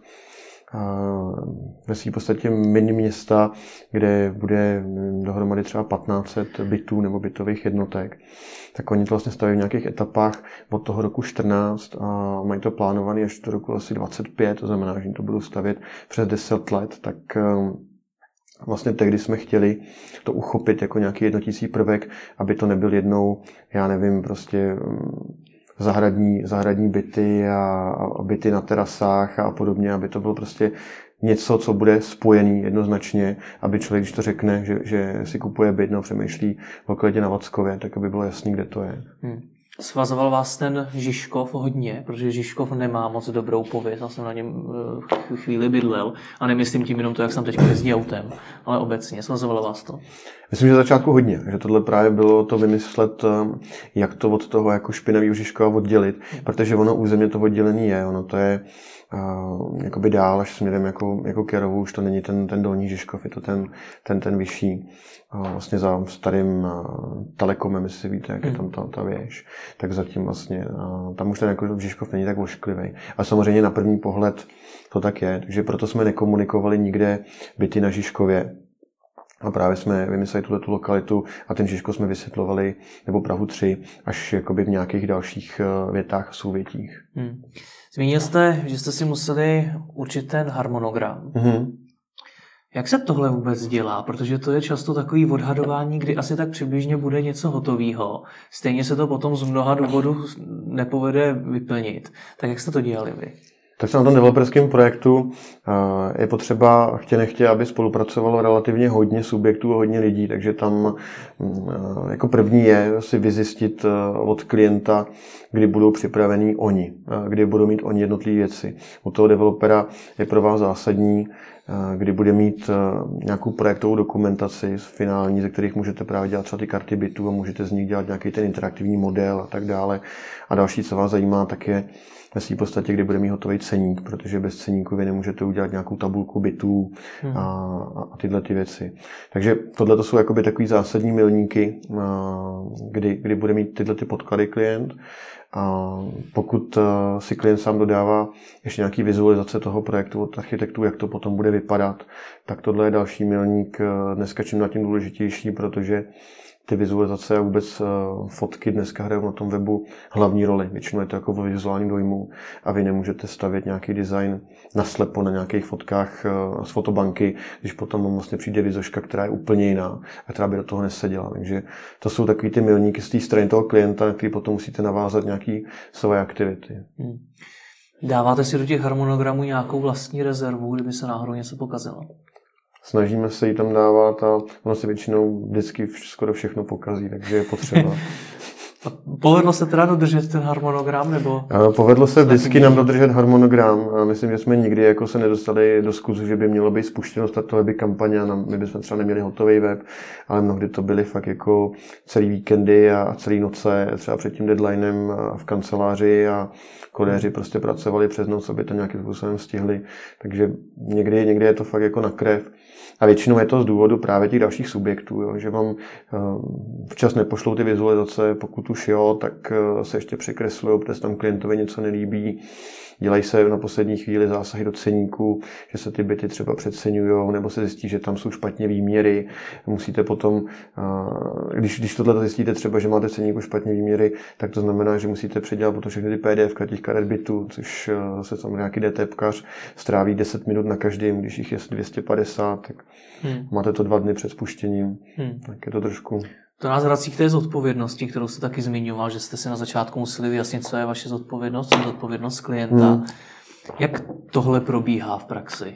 ve svým podstatě mini města, kde bude dohromady třeba 1500 bytů nebo bytových jednotek. Tak oni to vlastně staví v nějakých etapách od toho roku 14 a mají to plánované až do roku asi 25, to znamená, že to budou stavět přes 10 let, tak vlastně tehdy jsme chtěli to uchopit jako nějaký jednotící prvek, aby to nebyl jednou, já nevím, prostě zahradní byty a byty na terasách a podobně, aby to bylo prostě něco, co bude spojený jednoznačně, aby člověk, když to řekne, že si kupuje byt nebo přemýšlí v lokalitě na Vackově, tak aby bylo jasný, kde to je. Svazoval vás ten Žižkov hodně, protože Žižkov nemá moc dobrou pověst. Já jsem na něm chvíli bydlel a nemyslím tím jenom to, jak jsem teď jezdí autem, ale obecně. Svazovalo vás to? Myslím, že za začátku hodně, že tohle právě bylo to vymyslet, jak to od toho jako špinavého Žižkova oddělit, protože ono územně to oddělení je, ono to je jakoby dál až směrem jako Kerovu, už to není ten dolní Žižkov, je to ten vyšší, vlastně za starým Telekomem, jestli víte, jak je tam ta věž, tak zatím vlastně, tam už ten jako Žižkov není tak ošklivý. A samozřejmě na první pohled to tak je, takže proto jsme nekomunikovali nikde byty na Žižkově. A právě jsme vymysleli tu lokalitu a ten Žižkov jsme vysvětlovali, nebo Prahu 3, až jakoby v nějakých dalších větách a souvětích. Zmínil jste, že jste si museli určit ten harmonogram. Jak se tohle vůbec dělá? Protože to je často takový odhadování, kdy asi tak přibližně bude něco hotového. Stejně se to potom z mnoha důvodů nepovede vyplnit. Tak jak jste to dělali vy? Tak se na tom developerském projektu je potřeba nechtě, aby spolupracovalo relativně hodně subjektů a hodně lidí, takže tam jako první je si vyzjistit od klienta, kdy budou připravení oni, kdy budou mít oni jednotlivé věci. U toho developera je pro vás zásadní, kdy bude mít nějakou projektovou dokumentaci finální, ze kterých můžete právě dělat třeba ty karty bytů a můžete z nich dělat nějaký ten interaktivní model a tak dále. A další, co vás zajímá, tak je ve svým podstatě, kdy bude mít hotový ceník, protože bez ceníku vy nemůžete udělat nějakou tabulku bytů a tyhle ty věci. Takže tohle jsou jakoby takový zásadní milníky, kdy bude mít tyhle ty podklady klient. A pokud si klient sám dodává ještě nějaký vizualizace toho projektu od architektů, jak to potom bude vypadat, tak tohle je další milník, dneska čím na tím důležitější, protože ty vizualizace a vůbec fotky dneska hrajou na tom webu hlavní roli. Většinou je to jako ve vizuálním dojmu a vy nemůžete stavět nějaký design naslepo na nějakých fotkách z fotobanky, když potom vlastně přijde vizoška, která je úplně jiná a která by do toho neseděla. Takže to jsou takový ty milníky z té strany toho klienta, na který potom musíte navázat nějaký svoje aktivity. Dáváte si do těch harmonogramů nějakou vlastní rezervu, kdyby se náhodou něco pokazilo? Snažíme se ji tam dávat a ono se většinou vždycky skoro všechno pokazí, takže je potřeba. Povedlo se teda dodržet ten harmonogram, nebo? Povedlo se vždycky nám dodržet harmonogram. Myslím, že jsme nikdy jako se nedostali do skluzu, že by mělo být spuštěno startové weby kampaně a my bychom třeba neměli hotový web, ale mnohdy to byly fakt jako celý víkendy a celý noce, třeba před tím deadlinem v kanceláři a kodéři prostě pracovali přes noc, aby to nějakým způsobem stihli. Takže někdy je to fakt jako na krev. A většinou je to z důvodu právě těch dalších subjektů, jo, že vám včas nepošlou ty vizualizace, pokud už jo, tak se ještě překreslují, protože tam klientovi něco nelíbí. Dělají se na poslední chvíli zásahy do ceníku, že se ty byty třeba přeceňují, nebo se zjistí, že tam jsou špatně výměry. Musíte potom, když tohle zjistíte třeba, že máte v ceníku špatně výměry, tak to znamená, že musíte předělat potom všechny ty PDF těch karet bytů, což se tam nějaký DTPkař stráví 10 minut na každém, když jich je 250, tak máte to 2 dny před spuštěním. Tak je to trošku... To nás vrací k té zodpovědnosti, kterou jste taky zmiňoval, že jste si na začátku museli vyjasnit, co je vaše zodpovědnost, co je zodpovědnost klienta. Jak tohle probíhá v praxi?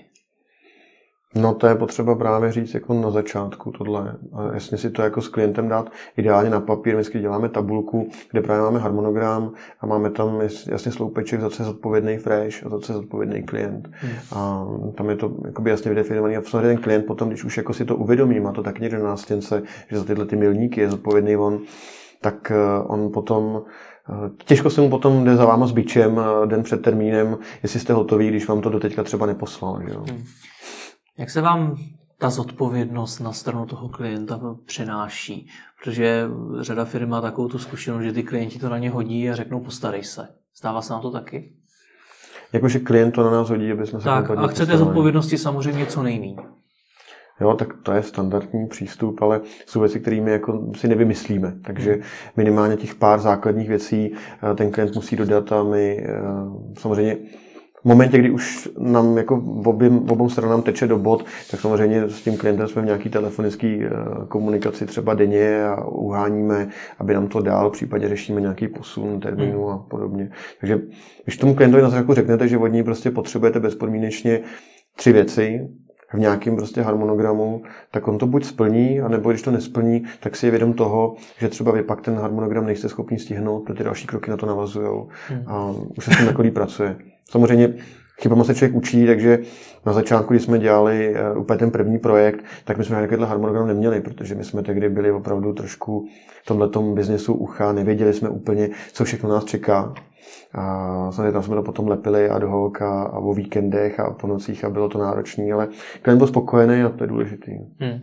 No to je potřeba právě říct jako na začátku tohle. A jasně si to jako s klientem dát ideálně na papír. My děláme tabulku, kde právě máme harmonogram a máme tam jasně sloupeček, za co je zodpovědný fresh a za co je zodpovědný klient. A tam je to jakoby jasně vydefinovaný. A ten klient potom, když už jako si to uvědomí, má to tak někde na nástěnce, že za tyhle ty milníky je zodpovědný on, tak on potom těžko se mu potom jde za váma s bičem den před termínem, jestli jste hotoví, když vám to doteďka třeba neposlal. Že jo? Jak se vám ta zodpovědnost na stranu toho klienta přenáší? Protože řada firm má takovou tu zkušenost, že ty klienti to na ně hodí a řeknou postarej se. Stává se nám to taky? Jakože klient to na nás hodí, aby jsme se tak, a chcete zodpovědnosti samozřejmě co nejméně. Jo, tak to je standardní přístup, ale jsou věci, kterými jako si nevymyslíme. Takže minimálně těch pár základních věcí ten klient musí dodat a my samozřejmě v momentě, kdy už nám jako obou stranám teče do bod, tak samozřejmě s tím klientem jsme v nějaký telefonické komunikaci třeba denně a uháníme, aby nám to dál, případně řešíme nějaký posun termínu a podobně. Takže když tomu klientovi na začátku řeknete, že od něj prostě potřebujete bezpodmínečně 3 věci v nějakém prostě harmonogramu, tak on to buď splní, anebo když to nesplní, tak si je vědom toho, že třeba vy pak ten harmonogram nejste schopni stihnout, protože ty další kroky na to navazujou a už se s tím takový pracuje. Samozřejmě chybama se člověk učí, takže na začátku, když jsme dělali úplně ten první projekt, tak my jsme takovýhle harmonogram neměli, protože my jsme tehdy byli opravdu trošku v tomhletom biznesu ucha, nevěděli jsme úplně, co všechno nás čeká. A samozřejmě tam jsme to potom lepili ad hoc a o víkendech a po nocích a bylo to náročné, ale klient byl spokojený a to je důležitý.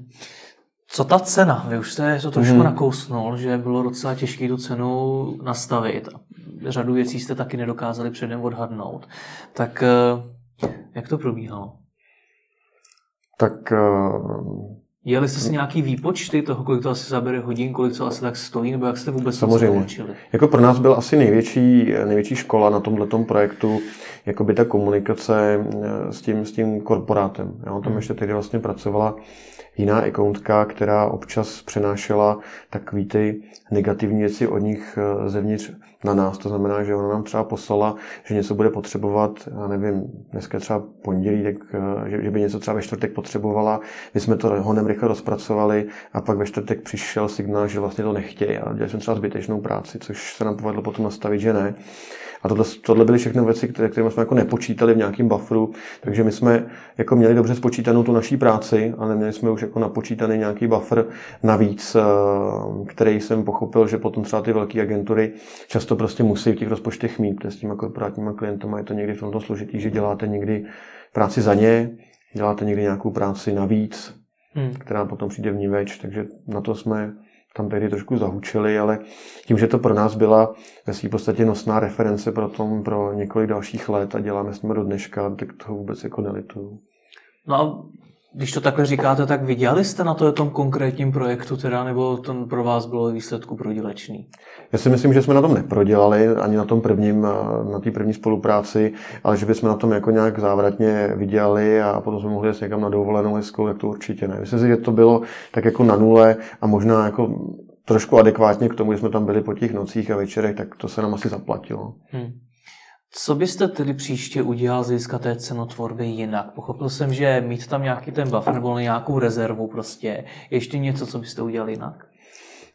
Co ta cena? Vy už jste to trošku nakousnul, že bylo docela těžké tu cenu nastavit. Řadu věcí jste taky nedokázali předem odhadnout. Tak jak to probíhalo? Tak Jeli jste si nějaký výpočty toho, kolik to asi zabere hodin, kolik to asi tak stojí, nebo jak jste vůbec samozřejmě učili? Jako pro nás byl asi největší škola na tomhletom projektu, jakoby ta komunikace s tím korporátem. Jo? Tam ještě tehdy vlastně pracovala jiná accountka, která občas přenášela takový ty negativní věci od nich zevnitř na nás. To znamená, že ona nám třeba poslala, že něco bude potřebovat, já nevím, dneska třeba pondělí, tak, že by něco třeba ve čtvrtek potřebovala. My jsme to honem rychle rozpracovali a pak ve čtvrtek přišel signál, že vlastně to nechtějí a dělali jsme třeba zbytečnou práci, což se nám povedlo potom nastavit, že ne. A tohle byly všechny věci, které jsme jako nepočítali v nějakém bufferu, takže my jsme jako měli dobře spočítanou tu naší práci, ale neměli jsme už jako napočítaný nějaký buffer navíc, který jsem pochopil, že potom třeba ty velké agentury často prostě musí v těch rozpočtech mít, s těma korporátníma klientama je to někdy v tomto složitý, že děláte někdy práci za ně, děláte někdy nějakou práci navíc, která potom přijde vniveč, takže na to jsme tam tehdy trošku zahučili, ale tím, že to pro nás byla ve svým podstatě nosná reference pro několik dalších let a děláme s nimi do dneška, tak to vůbec jako nelituju. No a když to takhle říkáte, tak vydělali jste na tom konkrétním projektu teda, nebo to pro vás bylo výsledku prodělečný? Já si myslím, že jsme na tom neprodělali, ani na tom na té první spolupráci, ale že bychom na tom jako nějak závratně vydělali a potom jsme mohli jít někam na dovolenou hezkou, tak to určitě ne. Myslím si, že to bylo tak jako na nule a možná jako trošku adekvátně k tomu, že jsme tam byli po těch nocích a večerech, tak to se nám asi zaplatilo. Co byste tedy příště udělal z hlediska té cenotvorby jinak? Pochopil jsem, že mít tam nějaký ten buffer nebo nějakou rezervu prostě. Ještě něco, co byste udělal jinak?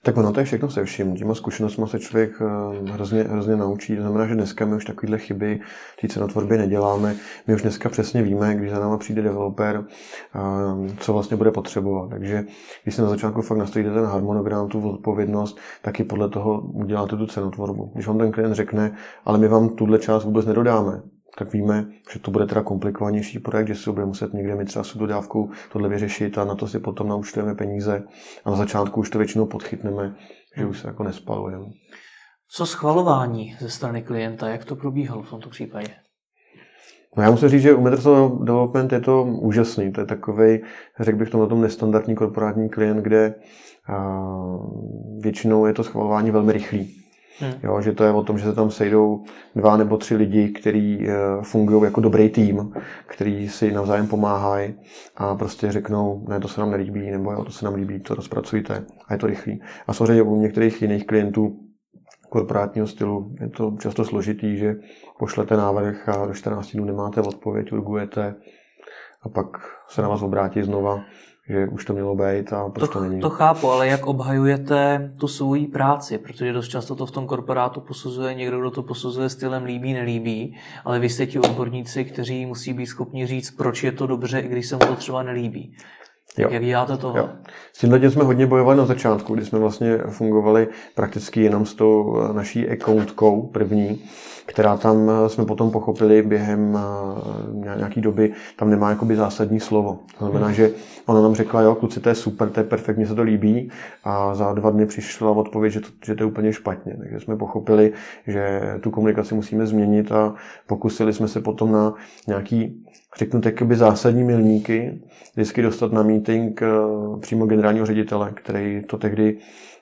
Tak ono to je všechno se vším. Těma zkušenostmi se člověk hrozně naučí. To znamená, že dneska my už takovéhle chyby té cenotvorby neděláme. My už dneska přesně víme, když za náma přijde developer, co vlastně bude potřebovat. Takže když se na začátku fakt nastavíte ten harmonogram, tu odpovědnost, tak i podle toho uděláte tu cenotvorbu. Když vám ten klient řekne, ale my vám tuhle část vůbec nedodáme, tak víme, že to bude teda komplikovanější projekt, že si ho bude muset někde mít třeba subdodávkou tohle vyřešit a na to si potom naúčtujeme peníze a na začátku už to většinou podchytneme, že už se jako nespalujeme. Co schvalování ze strany klienta, jak to probíhalo v tomto případě? No já musím říct, že u Metrostal Development je to úžasný. To je takovej, řekl bych to na tom nestandardní korporátní klient, kde většinou je to schvalování velmi rychlý. Jo, že to je o tom, že se tam sejdou 2 nebo 3 lidi, kteří fungují jako dobrý tým, který si navzájem pomáhají a prostě řeknou, ne, to se nám nelíbí, nebo jo, to se nám líbí, to rozpracujte a je to rychlý. A samozřejmě u některých jiných klientů korporátního stylu je to často složitý, že pošlete návrh a do 14 dnů nemáte odpověď, urgujete a pak se na vás obrátí znova, že už to mělo být a proč to není. To chápu, ale jak obhajujete tu svoji práci, protože dost často to v tom korporátu posuzuje někdo, kdo to posuzuje stylem líbí, nelíbí, ale vy jste ti odborníci, kteří musí být schopni říct, proč je to dobře, i když se mu to třeba nelíbí. Jo. Jak děláte tohle? Jo. S tímhle jsme hodně bojovali na začátku, kdy jsme vlastně fungovali prakticky jenom s tou naší accountkou první, která tam jsme potom pochopili během nějaký doby, tam nemá jakoby zásadní slovo. To znamená, že ona nám řekla, jo, kluci, to je super, to je perfekt, mně se to líbí a za 2 dny přišla odpověď, že to je úplně špatně. Takže jsme pochopili, že tu komunikaci musíme změnit a pokusili jsme se potom na nějaký, řeknu jakoby zásadní milníky, vždycky dostat na meeting přímo generálního ředitele, který to tehdy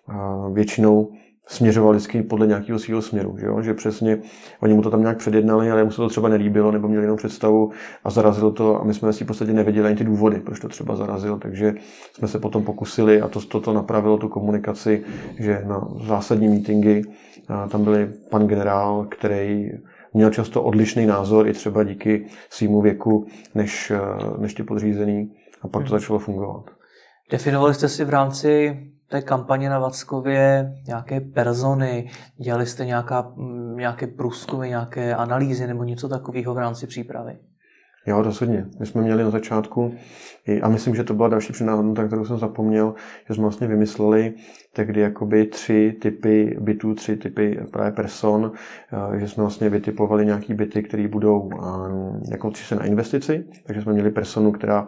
většinou směřoval vždycky podle nějakého svého směru, že přesně oni mu to tam nějak předjednali, ale mu se to třeba nelíbilo, nebo měli jenom představu a zarazilo to a my jsme si v podstatě nevěděli ani ty důvody, proč to třeba zarazilo, takže jsme se potom pokusili a to napravilo tu komunikaci, že na zásadní meetingy tam byli pan generál, který měl často odlišný názor i třeba díky svýmu věku než ti podřízený a pak to začalo fungovat. Definovali jste si v rámci té kampaně na Vackově nějaké persony, dělali jste nějaké průzkumy, nějaké analýzy nebo něco takového v rámci přípravy? Jo, rozhodně. My jsme měli na začátku, a myslím, že to byla další přináhodnota, kterou jsem zapomněl, že jsme vlastně vymysleli tehdy jakoby 3 typy bytů, 3 typy právě person, že jsme vlastně vytipovali nějaký byty, které budou jako se na investici, takže jsme měli personu, která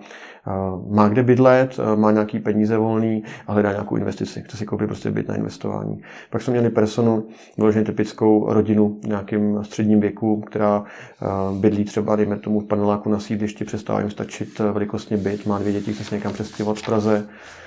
má kde bydlet, má nějaký peníze volný a hledá nějakou investici. Chce si koupit prostě byt na investování. Pak jsme měli personu, vyloženě typickou rodinu v nějakém středním věku, která bydlí třeba, dejme tomu, v paneláku na sídlišti, přestává jim stačit velikostně byt, má 2 děti, chce se někam přestěhovat v Praze.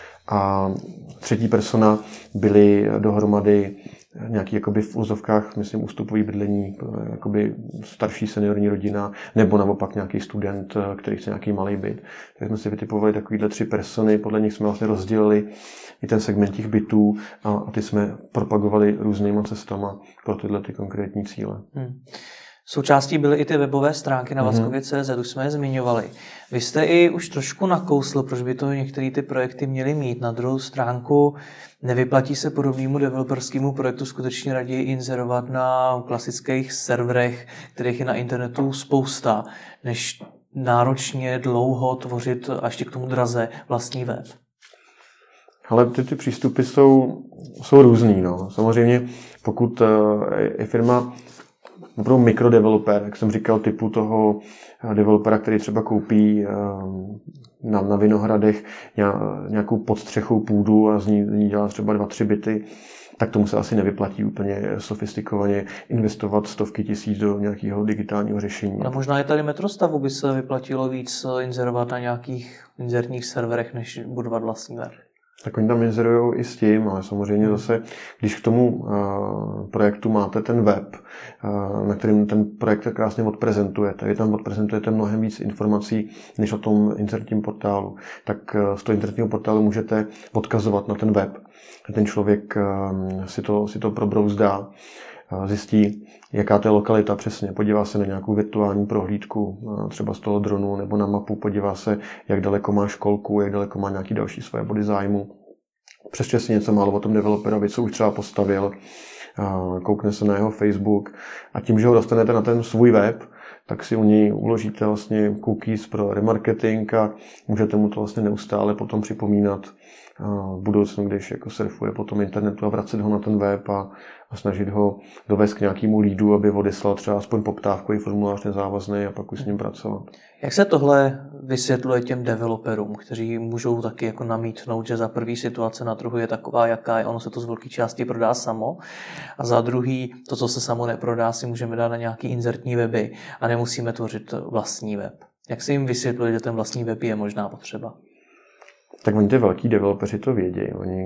A 3. persona byly dohromady nějaký jakoby v úzovkách, myslím, ústupový bydlení, jakoby starší seniorní rodina, nebo naopak nějaký student, který chce nějaký malý byt. Takže jsme si vytipovali takovýhle 3 persony, podle nich jsme vlastně rozdělili i ten segment těch bytů a ty jsme propagovali různýma cestama pro tyhle ty konkrétní cíle. Součástí byly i ty webové stránky na Vackově.cz, už jsme je zmiňovali. Vy jste i už trošku nakousl, proč by to některé ty projekty měly mít. Na druhou stránku nevyplatí se podobnému developerskému projektu skutečně raději inzerovat na klasických serverech, kterých je na internetu spousta, než náročně dlouho tvořit a ještě k tomu draze vlastní web. Ale ty přístupy jsou různý. No. Samozřejmě, pokud je firma opravdu mikrodeveloper, jak jsem říkal, typu toho developera, který třeba koupí na Vinohradech nějakou podstřechou půdu a z ní dělá třeba 2-3 byty, tak tomu se asi nevyplatí úplně sofistikovaně investovat stovky tisíc do nějakého digitálního řešení. Ale možná i tady Metrostavu by se vyplatilo víc inzerovat na nějakých inzertních serverech, než budovat vlastní web. Tak oni tam inzerují i s tím, ale samozřejmě zase, když k tomu projektu máte ten web, na kterým ten projekt krásně odprezentujete, vy tam odprezentujete mnohem víc informací, než o tom inzertním portálu, tak z toho inzertního portálu můžete odkazovat na ten web. Ten člověk si to probrouzdá, zjistí, jaká to je lokalita přesně, podívá se na nějakou virtuální prohlídku, třeba z toho dronu nebo na mapu, podívá se, jak daleko má školku, jak daleko má nějaký další své body zájmu. přečte si něco málo o tom developerovi, co už třeba postavil, koukne se na jeho Facebook a tím, že ho dostanete na ten svůj web, tak si u něj uložíte vlastně cookies pro remarketing a můžete mu to vlastně neustále potom připomínat v budoucnu, když jako surfuje po tom internetu a vracet ho na ten web a snažit ho dovést k nějakému leadu, aby odeslal třeba aspoň poptávkový formulář nezávazný a pak už s ním pracovat. Jak se tohle vysvětluje těm developerům, kteří můžou taky jako namítnout, že za prvý situace na trhu je taková, jaká je, ono se to z velké části prodá samo a za druhý to, co se samo neprodá, si můžeme dát na nějaký inzertní weby a nemusíme tvořit vlastní web. Jak se jim vysvětluje, že ten vlastní web je možná potřeba? Tak oni ty velký developeři to vědí.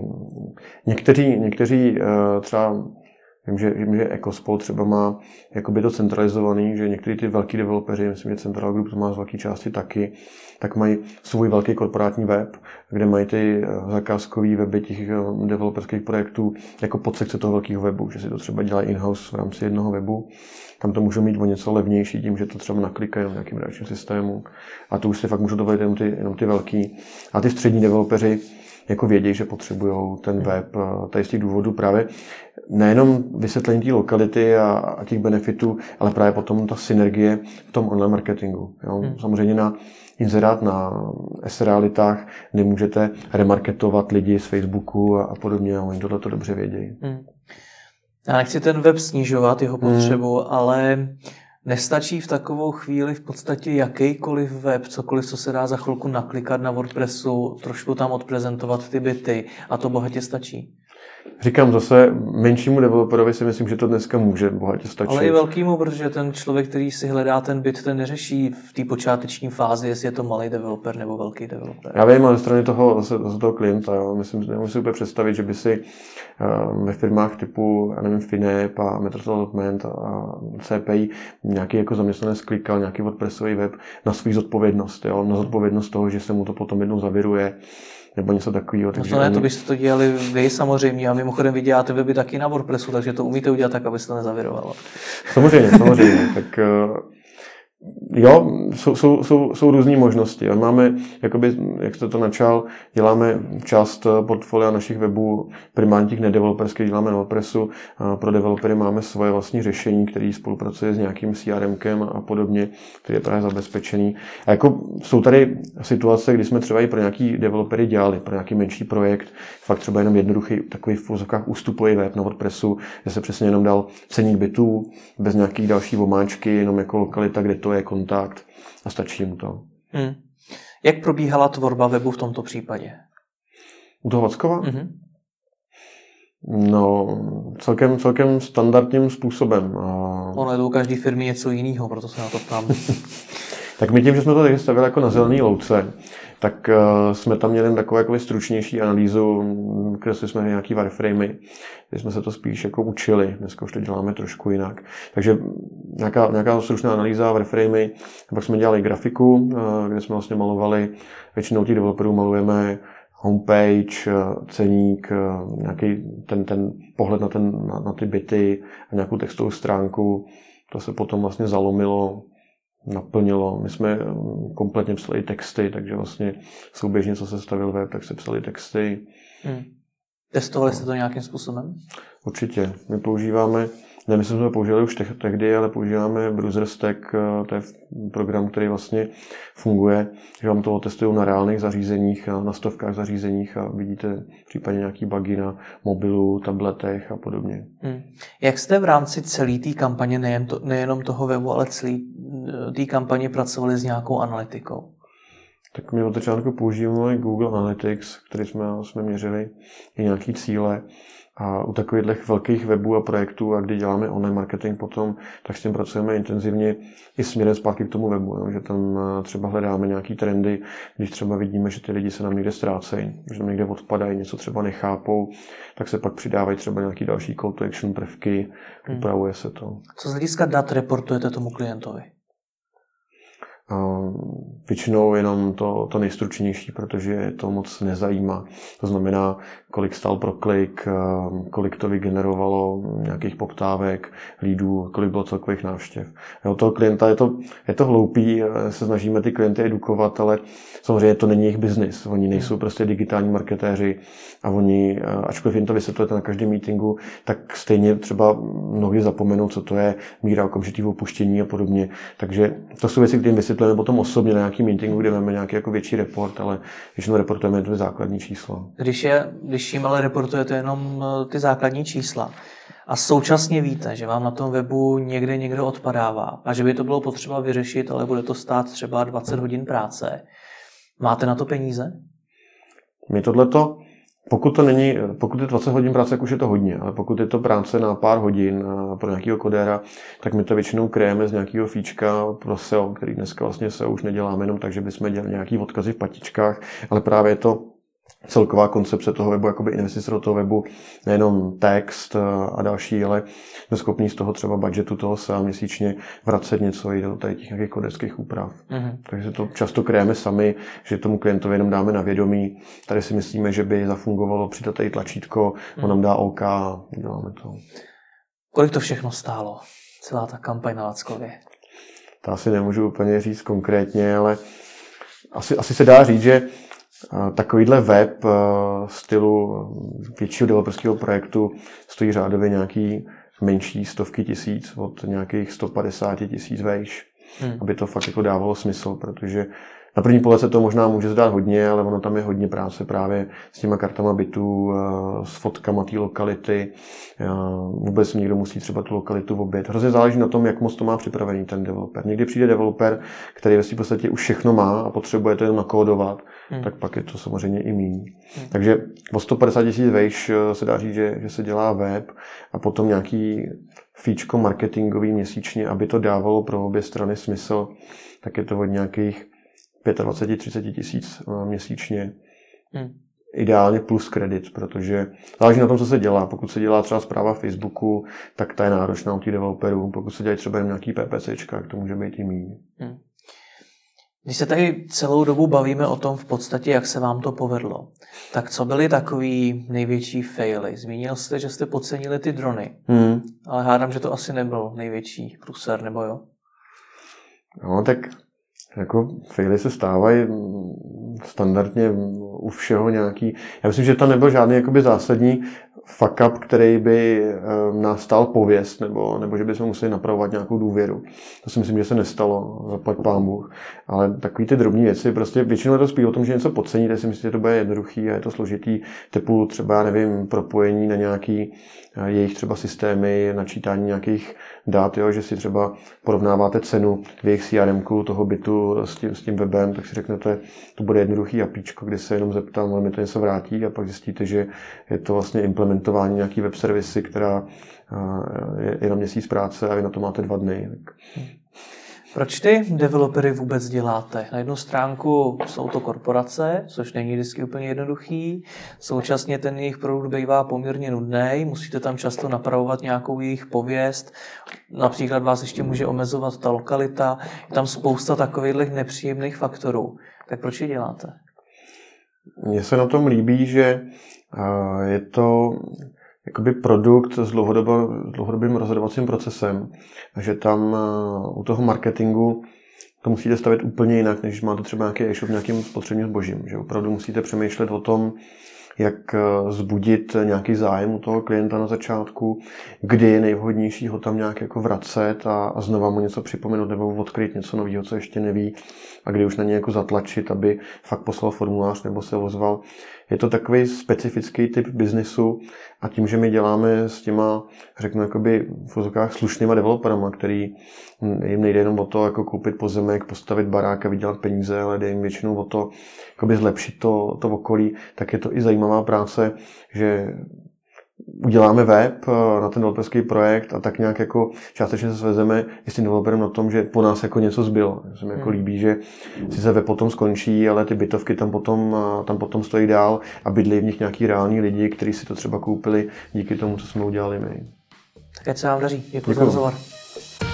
Někteří třeba vím, že Ecospol třeba má jakoby to centralizovaný, že některý ty velký developeři, myslím, že Central Group to má z velké části taky, tak mají svůj velký korporátní web, kde mají ty zakázkové weby těch developerských projektů jako podsekce toho velkého webu, že si to třeba dělají in-house v rámci jednoho webu. Tam to můžou mít o něco levnější tím, že to třeba naklikají v nějakým reakčním systému. A to už si fakt můžou dovolit jenom ty velký. A ty střední developeři jako vědí, že potřebují ten web tady z těch důvodů právě nejenom vysvětlení té lokality a těch benefitů, ale právě potom ta synergie v tom online marketingu. Jo? Samozřejmě na inzerát na SRealitách nemůžete remarketovat lidi z Facebooku a podobně a oni tohle to dobře vědí. Já nechci ten web snižovat, jeho potřebu, ale nestačí v takovou chvíli v podstatě jakýkoliv web, cokoliv, co se dá za chvilku naklikat na WordPressu, trošku tam odprezentovat ty byty a to bohatě stačí. Říkám zase, menšímu developerovi si myslím, že to dneska může bohatě stačit. Ale i velkýmu, protože ten člověk, který si hledá ten byt, ten neřeší v té počáteční fázi, jestli je to malý developer nebo velký developer. Já vím, ale ze strany toho klienta, nemůžu si úplně představit, že by si ve firmách typu, Finep a Metro Development a CPI nějaký jako zaměstnanec klikal nějaký WordPressový web na svou zodpovědnost, jo? Na zodpovědnost toho, že se mu to potom jednou zaviruje, nebo něco takového. No to ne, to byste to dělali vy samozřejmě a mimochodem vy děláte weby taky na WordPressu, takže to umíte udělat tak, aby se to nezavirovalo. Samozřejmě. Tak jo, jsou různé možnosti. Máme, jakoby, jak jste to načal, děláme část portfolia našich webů, primárně těch nedeveloperských, děláme na WordPressu. Pro developery máme svoje vlastní řešení, které spolupracuje s nějakým CRMkem a podobně, který je právě zabezpečený. A jako jsou tady situace, kdy jsme třeba i pro nějaký developery dělali, pro nějaký menší projekt, fakt třeba jenom jednoduchý takový v vozovkách ústupový web na WordPressu, kde se přesně jenom dal ceník bytů, bez nějakých další omáčky, jenom jako lokalita, kde to je kontakt a stačí mu to. Jak probíhala tvorba webu v tomto případě? U toho Vackova? No, celkem standardním způsobem. Ono je to u každé firmy něco jiného, proto se na to ptám. Tak my tím, že jsme to tady stavili jako na zelený louce, tak jsme tam měli takovou jako stručnější analýzu, kresli jsme nějaký wireframey, kde jsme se to spíš jako učili, dneska už to děláme trošku jinak. Takže nějaká stručná analýza wireframey, pak jsme dělali grafiku, kde jsme vlastně malovali, většinou těch developerů malujeme homepage, ceník, nějaký ten pohled na ty byty a nějakou textovou stránku, to se potom vlastně zalomilo, naplnilo. My jsme kompletně psali texty, takže vlastně souběžně, co se stavil web, tak se psali texty. Testovali jste to nějakým způsobem? Určitě. My používáme, myslím, že jsme použili už tehdy, ale používáme Browser Stack, to je program, který vlastně funguje, že vám to testují na reálných zařízeních, na stovkách zařízeních a vidíte případně nějaký bugy na mobilu, tabletech a podobně. Jak jste v rámci celé té kampaně, nejenom toho webu, ale celé té kampaně pracovali s nějakou analytikou? Tak my od začátku používáme Google Analytics, který jsme měřili i nějaký cíle. A u takových velkých webů a projektů, a kdy děláme online marketing potom, tak s tím pracujeme intenzivně i směrem zpátky k tomu webu. Jo? Že tam třeba hledáme nějaký trendy, když třeba vidíme, že ty lidi se nám někde ztrácejí, že tam někde odpadají, něco třeba nechápou, tak se pak přidávají třeba nějaký další call to action prvky, upravuje se to. Co z hlediska dat reportujete tomu klientovi? Většinou jenom to nejstručnější, protože to moc nezajímá. To znamená, kolik stál pro klik, kolik to vygenerovalo nějakých poptávek, leadů, kolik bylo celkových návštěv. Jo, toho klienta je to hloupý, se snažíme ty klienty edukovat, ale samozřejmě to není jejich biznis. Oni nejsou prostě digitální marketéři a oni, ačkoliv jim to vysvětlujete na každém meetingu, tak stejně třeba mnohdy zapomenou, co to je míra okamžitého opuštění a podobně. Takže to jsou věci, které jim vysvětlujeme potom osobně na nějaký meetingu, kde máme nějaký jako větší report, ale většinou reportujeme ty základní čísla. Když jim ale reportujete jenom ty základní čísla a současně víte, že vám na tom webu někdo odpadává a že by to bylo potřeba vyřešit, ale bude to stát třeba 20 hodin práce, máte na to peníze? My tohleto, pokud je 20 hodin práce, jak už je to hodně, ale pokud je to práce na pár hodin pro nějakého kodéra, tak my to většinou kryjeme z nějakého fíčka pro SEO, který dneska vlastně SEO už neděláme jenom tak, že bychom dělali nějaký odkazy v patičkách, ale právě je to celková koncepce toho webu, jakoby investice do toho webu, nejenom text a další, ale jsme schopní z toho třeba budgetu toho SEA měsíčně vracet něco i do tady těch nějakých kodeckých úprav. Takže to často kryjeme sami, že tomu klientovi jenom dáme na vědomí. Tady si myslíme, že by zafungovalo přidat tady tlačítko, on nám dá OK a děláme to. Kolik to všechno stálo? Celá ta kampaň na Vackově? To asi nemůžu úplně říct konkrétně, ale asi se dá říct, že takovýhle web stylu většího developerského projektu stojí řádově nějaký menší stovky tisíc od nějakých 150 tisíc vejš, aby to fakt jako dávalo smysl, protože na první pohled se to možná může zdát hodně, ale ono tam je hodně práce právě s těma kartama bytů, s fotkama té lokality. Vůbec někdo musí třeba tu lokalitu objet. Hrozně záleží na tom, jak moc to má připravený ten developer. Někdy přijde developer, který ve v podstatě už všechno má a potřebuje to jen nakódovat, tak pak je to samozřejmě i míň. Takže o 150 tisíc vejš se dá říct, že se dělá web a potom nějaký fíčko marketingový měsíčně, aby to dávalo pro obě strany smysl, tak je to od nějakých 25-30 tisíc měsíčně. Ideálně plus kredit, protože záleží na tom, co se dělá. Pokud se dělá třeba zpráva Facebooku, tak ta je náročná u těch developerů. Pokud se dělají třeba jen nějaký PPCčka, tak to může být i míň. Když se tady celou dobu bavíme o tom v podstatě, jak se vám to povedlo, tak co byly takový největší faily? Zmínil jste, že jste podcenili ty drony, ale hádám, že to asi nebyl největší průser, nebo jo? No, tak jako faily se stávají standardně u všeho nějaký. Já myslím, že tam nebyl žádný jakoby zásadní fuck up, který by nás stál pověst, nebo že bychom museli napravovat nějakou důvěru. To si myslím, že se nestalo, zaplať pán Bůh. Ale takový ty drobné věci, prostě většinou je to spíš o tom, že něco podceníte, si myslíte, že to bude jednoduchý a je to složitý, typu třeba, já nevím, propojení na nějaký jejich třeba systémy, načítání nějakých dat, jo, že si třeba porovnáváte cenu v jejich CRM-ku toho bytu s tím webem, tak si řeknete, to bude jednoduchý APIčko, kde se jenom zeptám, ale mi to něco vrátí a pak zjistíte, že je to vlastně implementování nějaký web servisy, která je na měsíc práce a vy na to máte 2 dny. Proč ty developery vůbec děláte? Na jednu stránku jsou to korporace, což není vždycky úplně jednoduchý. Současně ten jejich produkt bývá poměrně nudný, musíte tam často napravovat nějakou jejich pověst. Například vás ještě může omezovat ta lokalita. Je tam spousta takových nepříjemných faktorů. Tak proč je děláte? Mně se na tom líbí, že je to jakoby produkt s dlouhodobým rozhodovacím procesem, že tam u toho marketingu to musíte stavět úplně jinak, než máte třeba nějaký e-shop nějakým spotřebním zbožím. Že opravdu musíte přemýšlet o tom, jak zbudit nějaký zájem u toho klienta na začátku, kdy je nejvhodnější ho tam nějak jako vracet a znova mu něco připomenout nebo odkryt něco nového, co ještě neví a kdy už na něj jako zatlačit, aby fakt poslal formulář nebo se ozval. Je to takový specifický typ biznisu a tím, že my děláme s těma, řeknu, jakoby v vozovkách slušnýma developerama, který jim nejde jenom o to, jako koupit pozemek, postavit barák a vydělat peníze, ale jde jim většinou o to, jakoby zlepšit to okolí, tak je to i zajímavá práce, že uděláme web na ten developerský projekt a tak nějak jako částečně se svezeme i s tím developerem na tom, že po nás jako něco zbylo. Se mi jako líbí, že si se web potom skončí, ale ty bytovky tam potom stojí dál a bydlí v nich nějaký reální lidi, kteří si to třeba koupili díky tomu, co jsme udělali my. Tak ať se vám daří. Děkuji za rozhovor.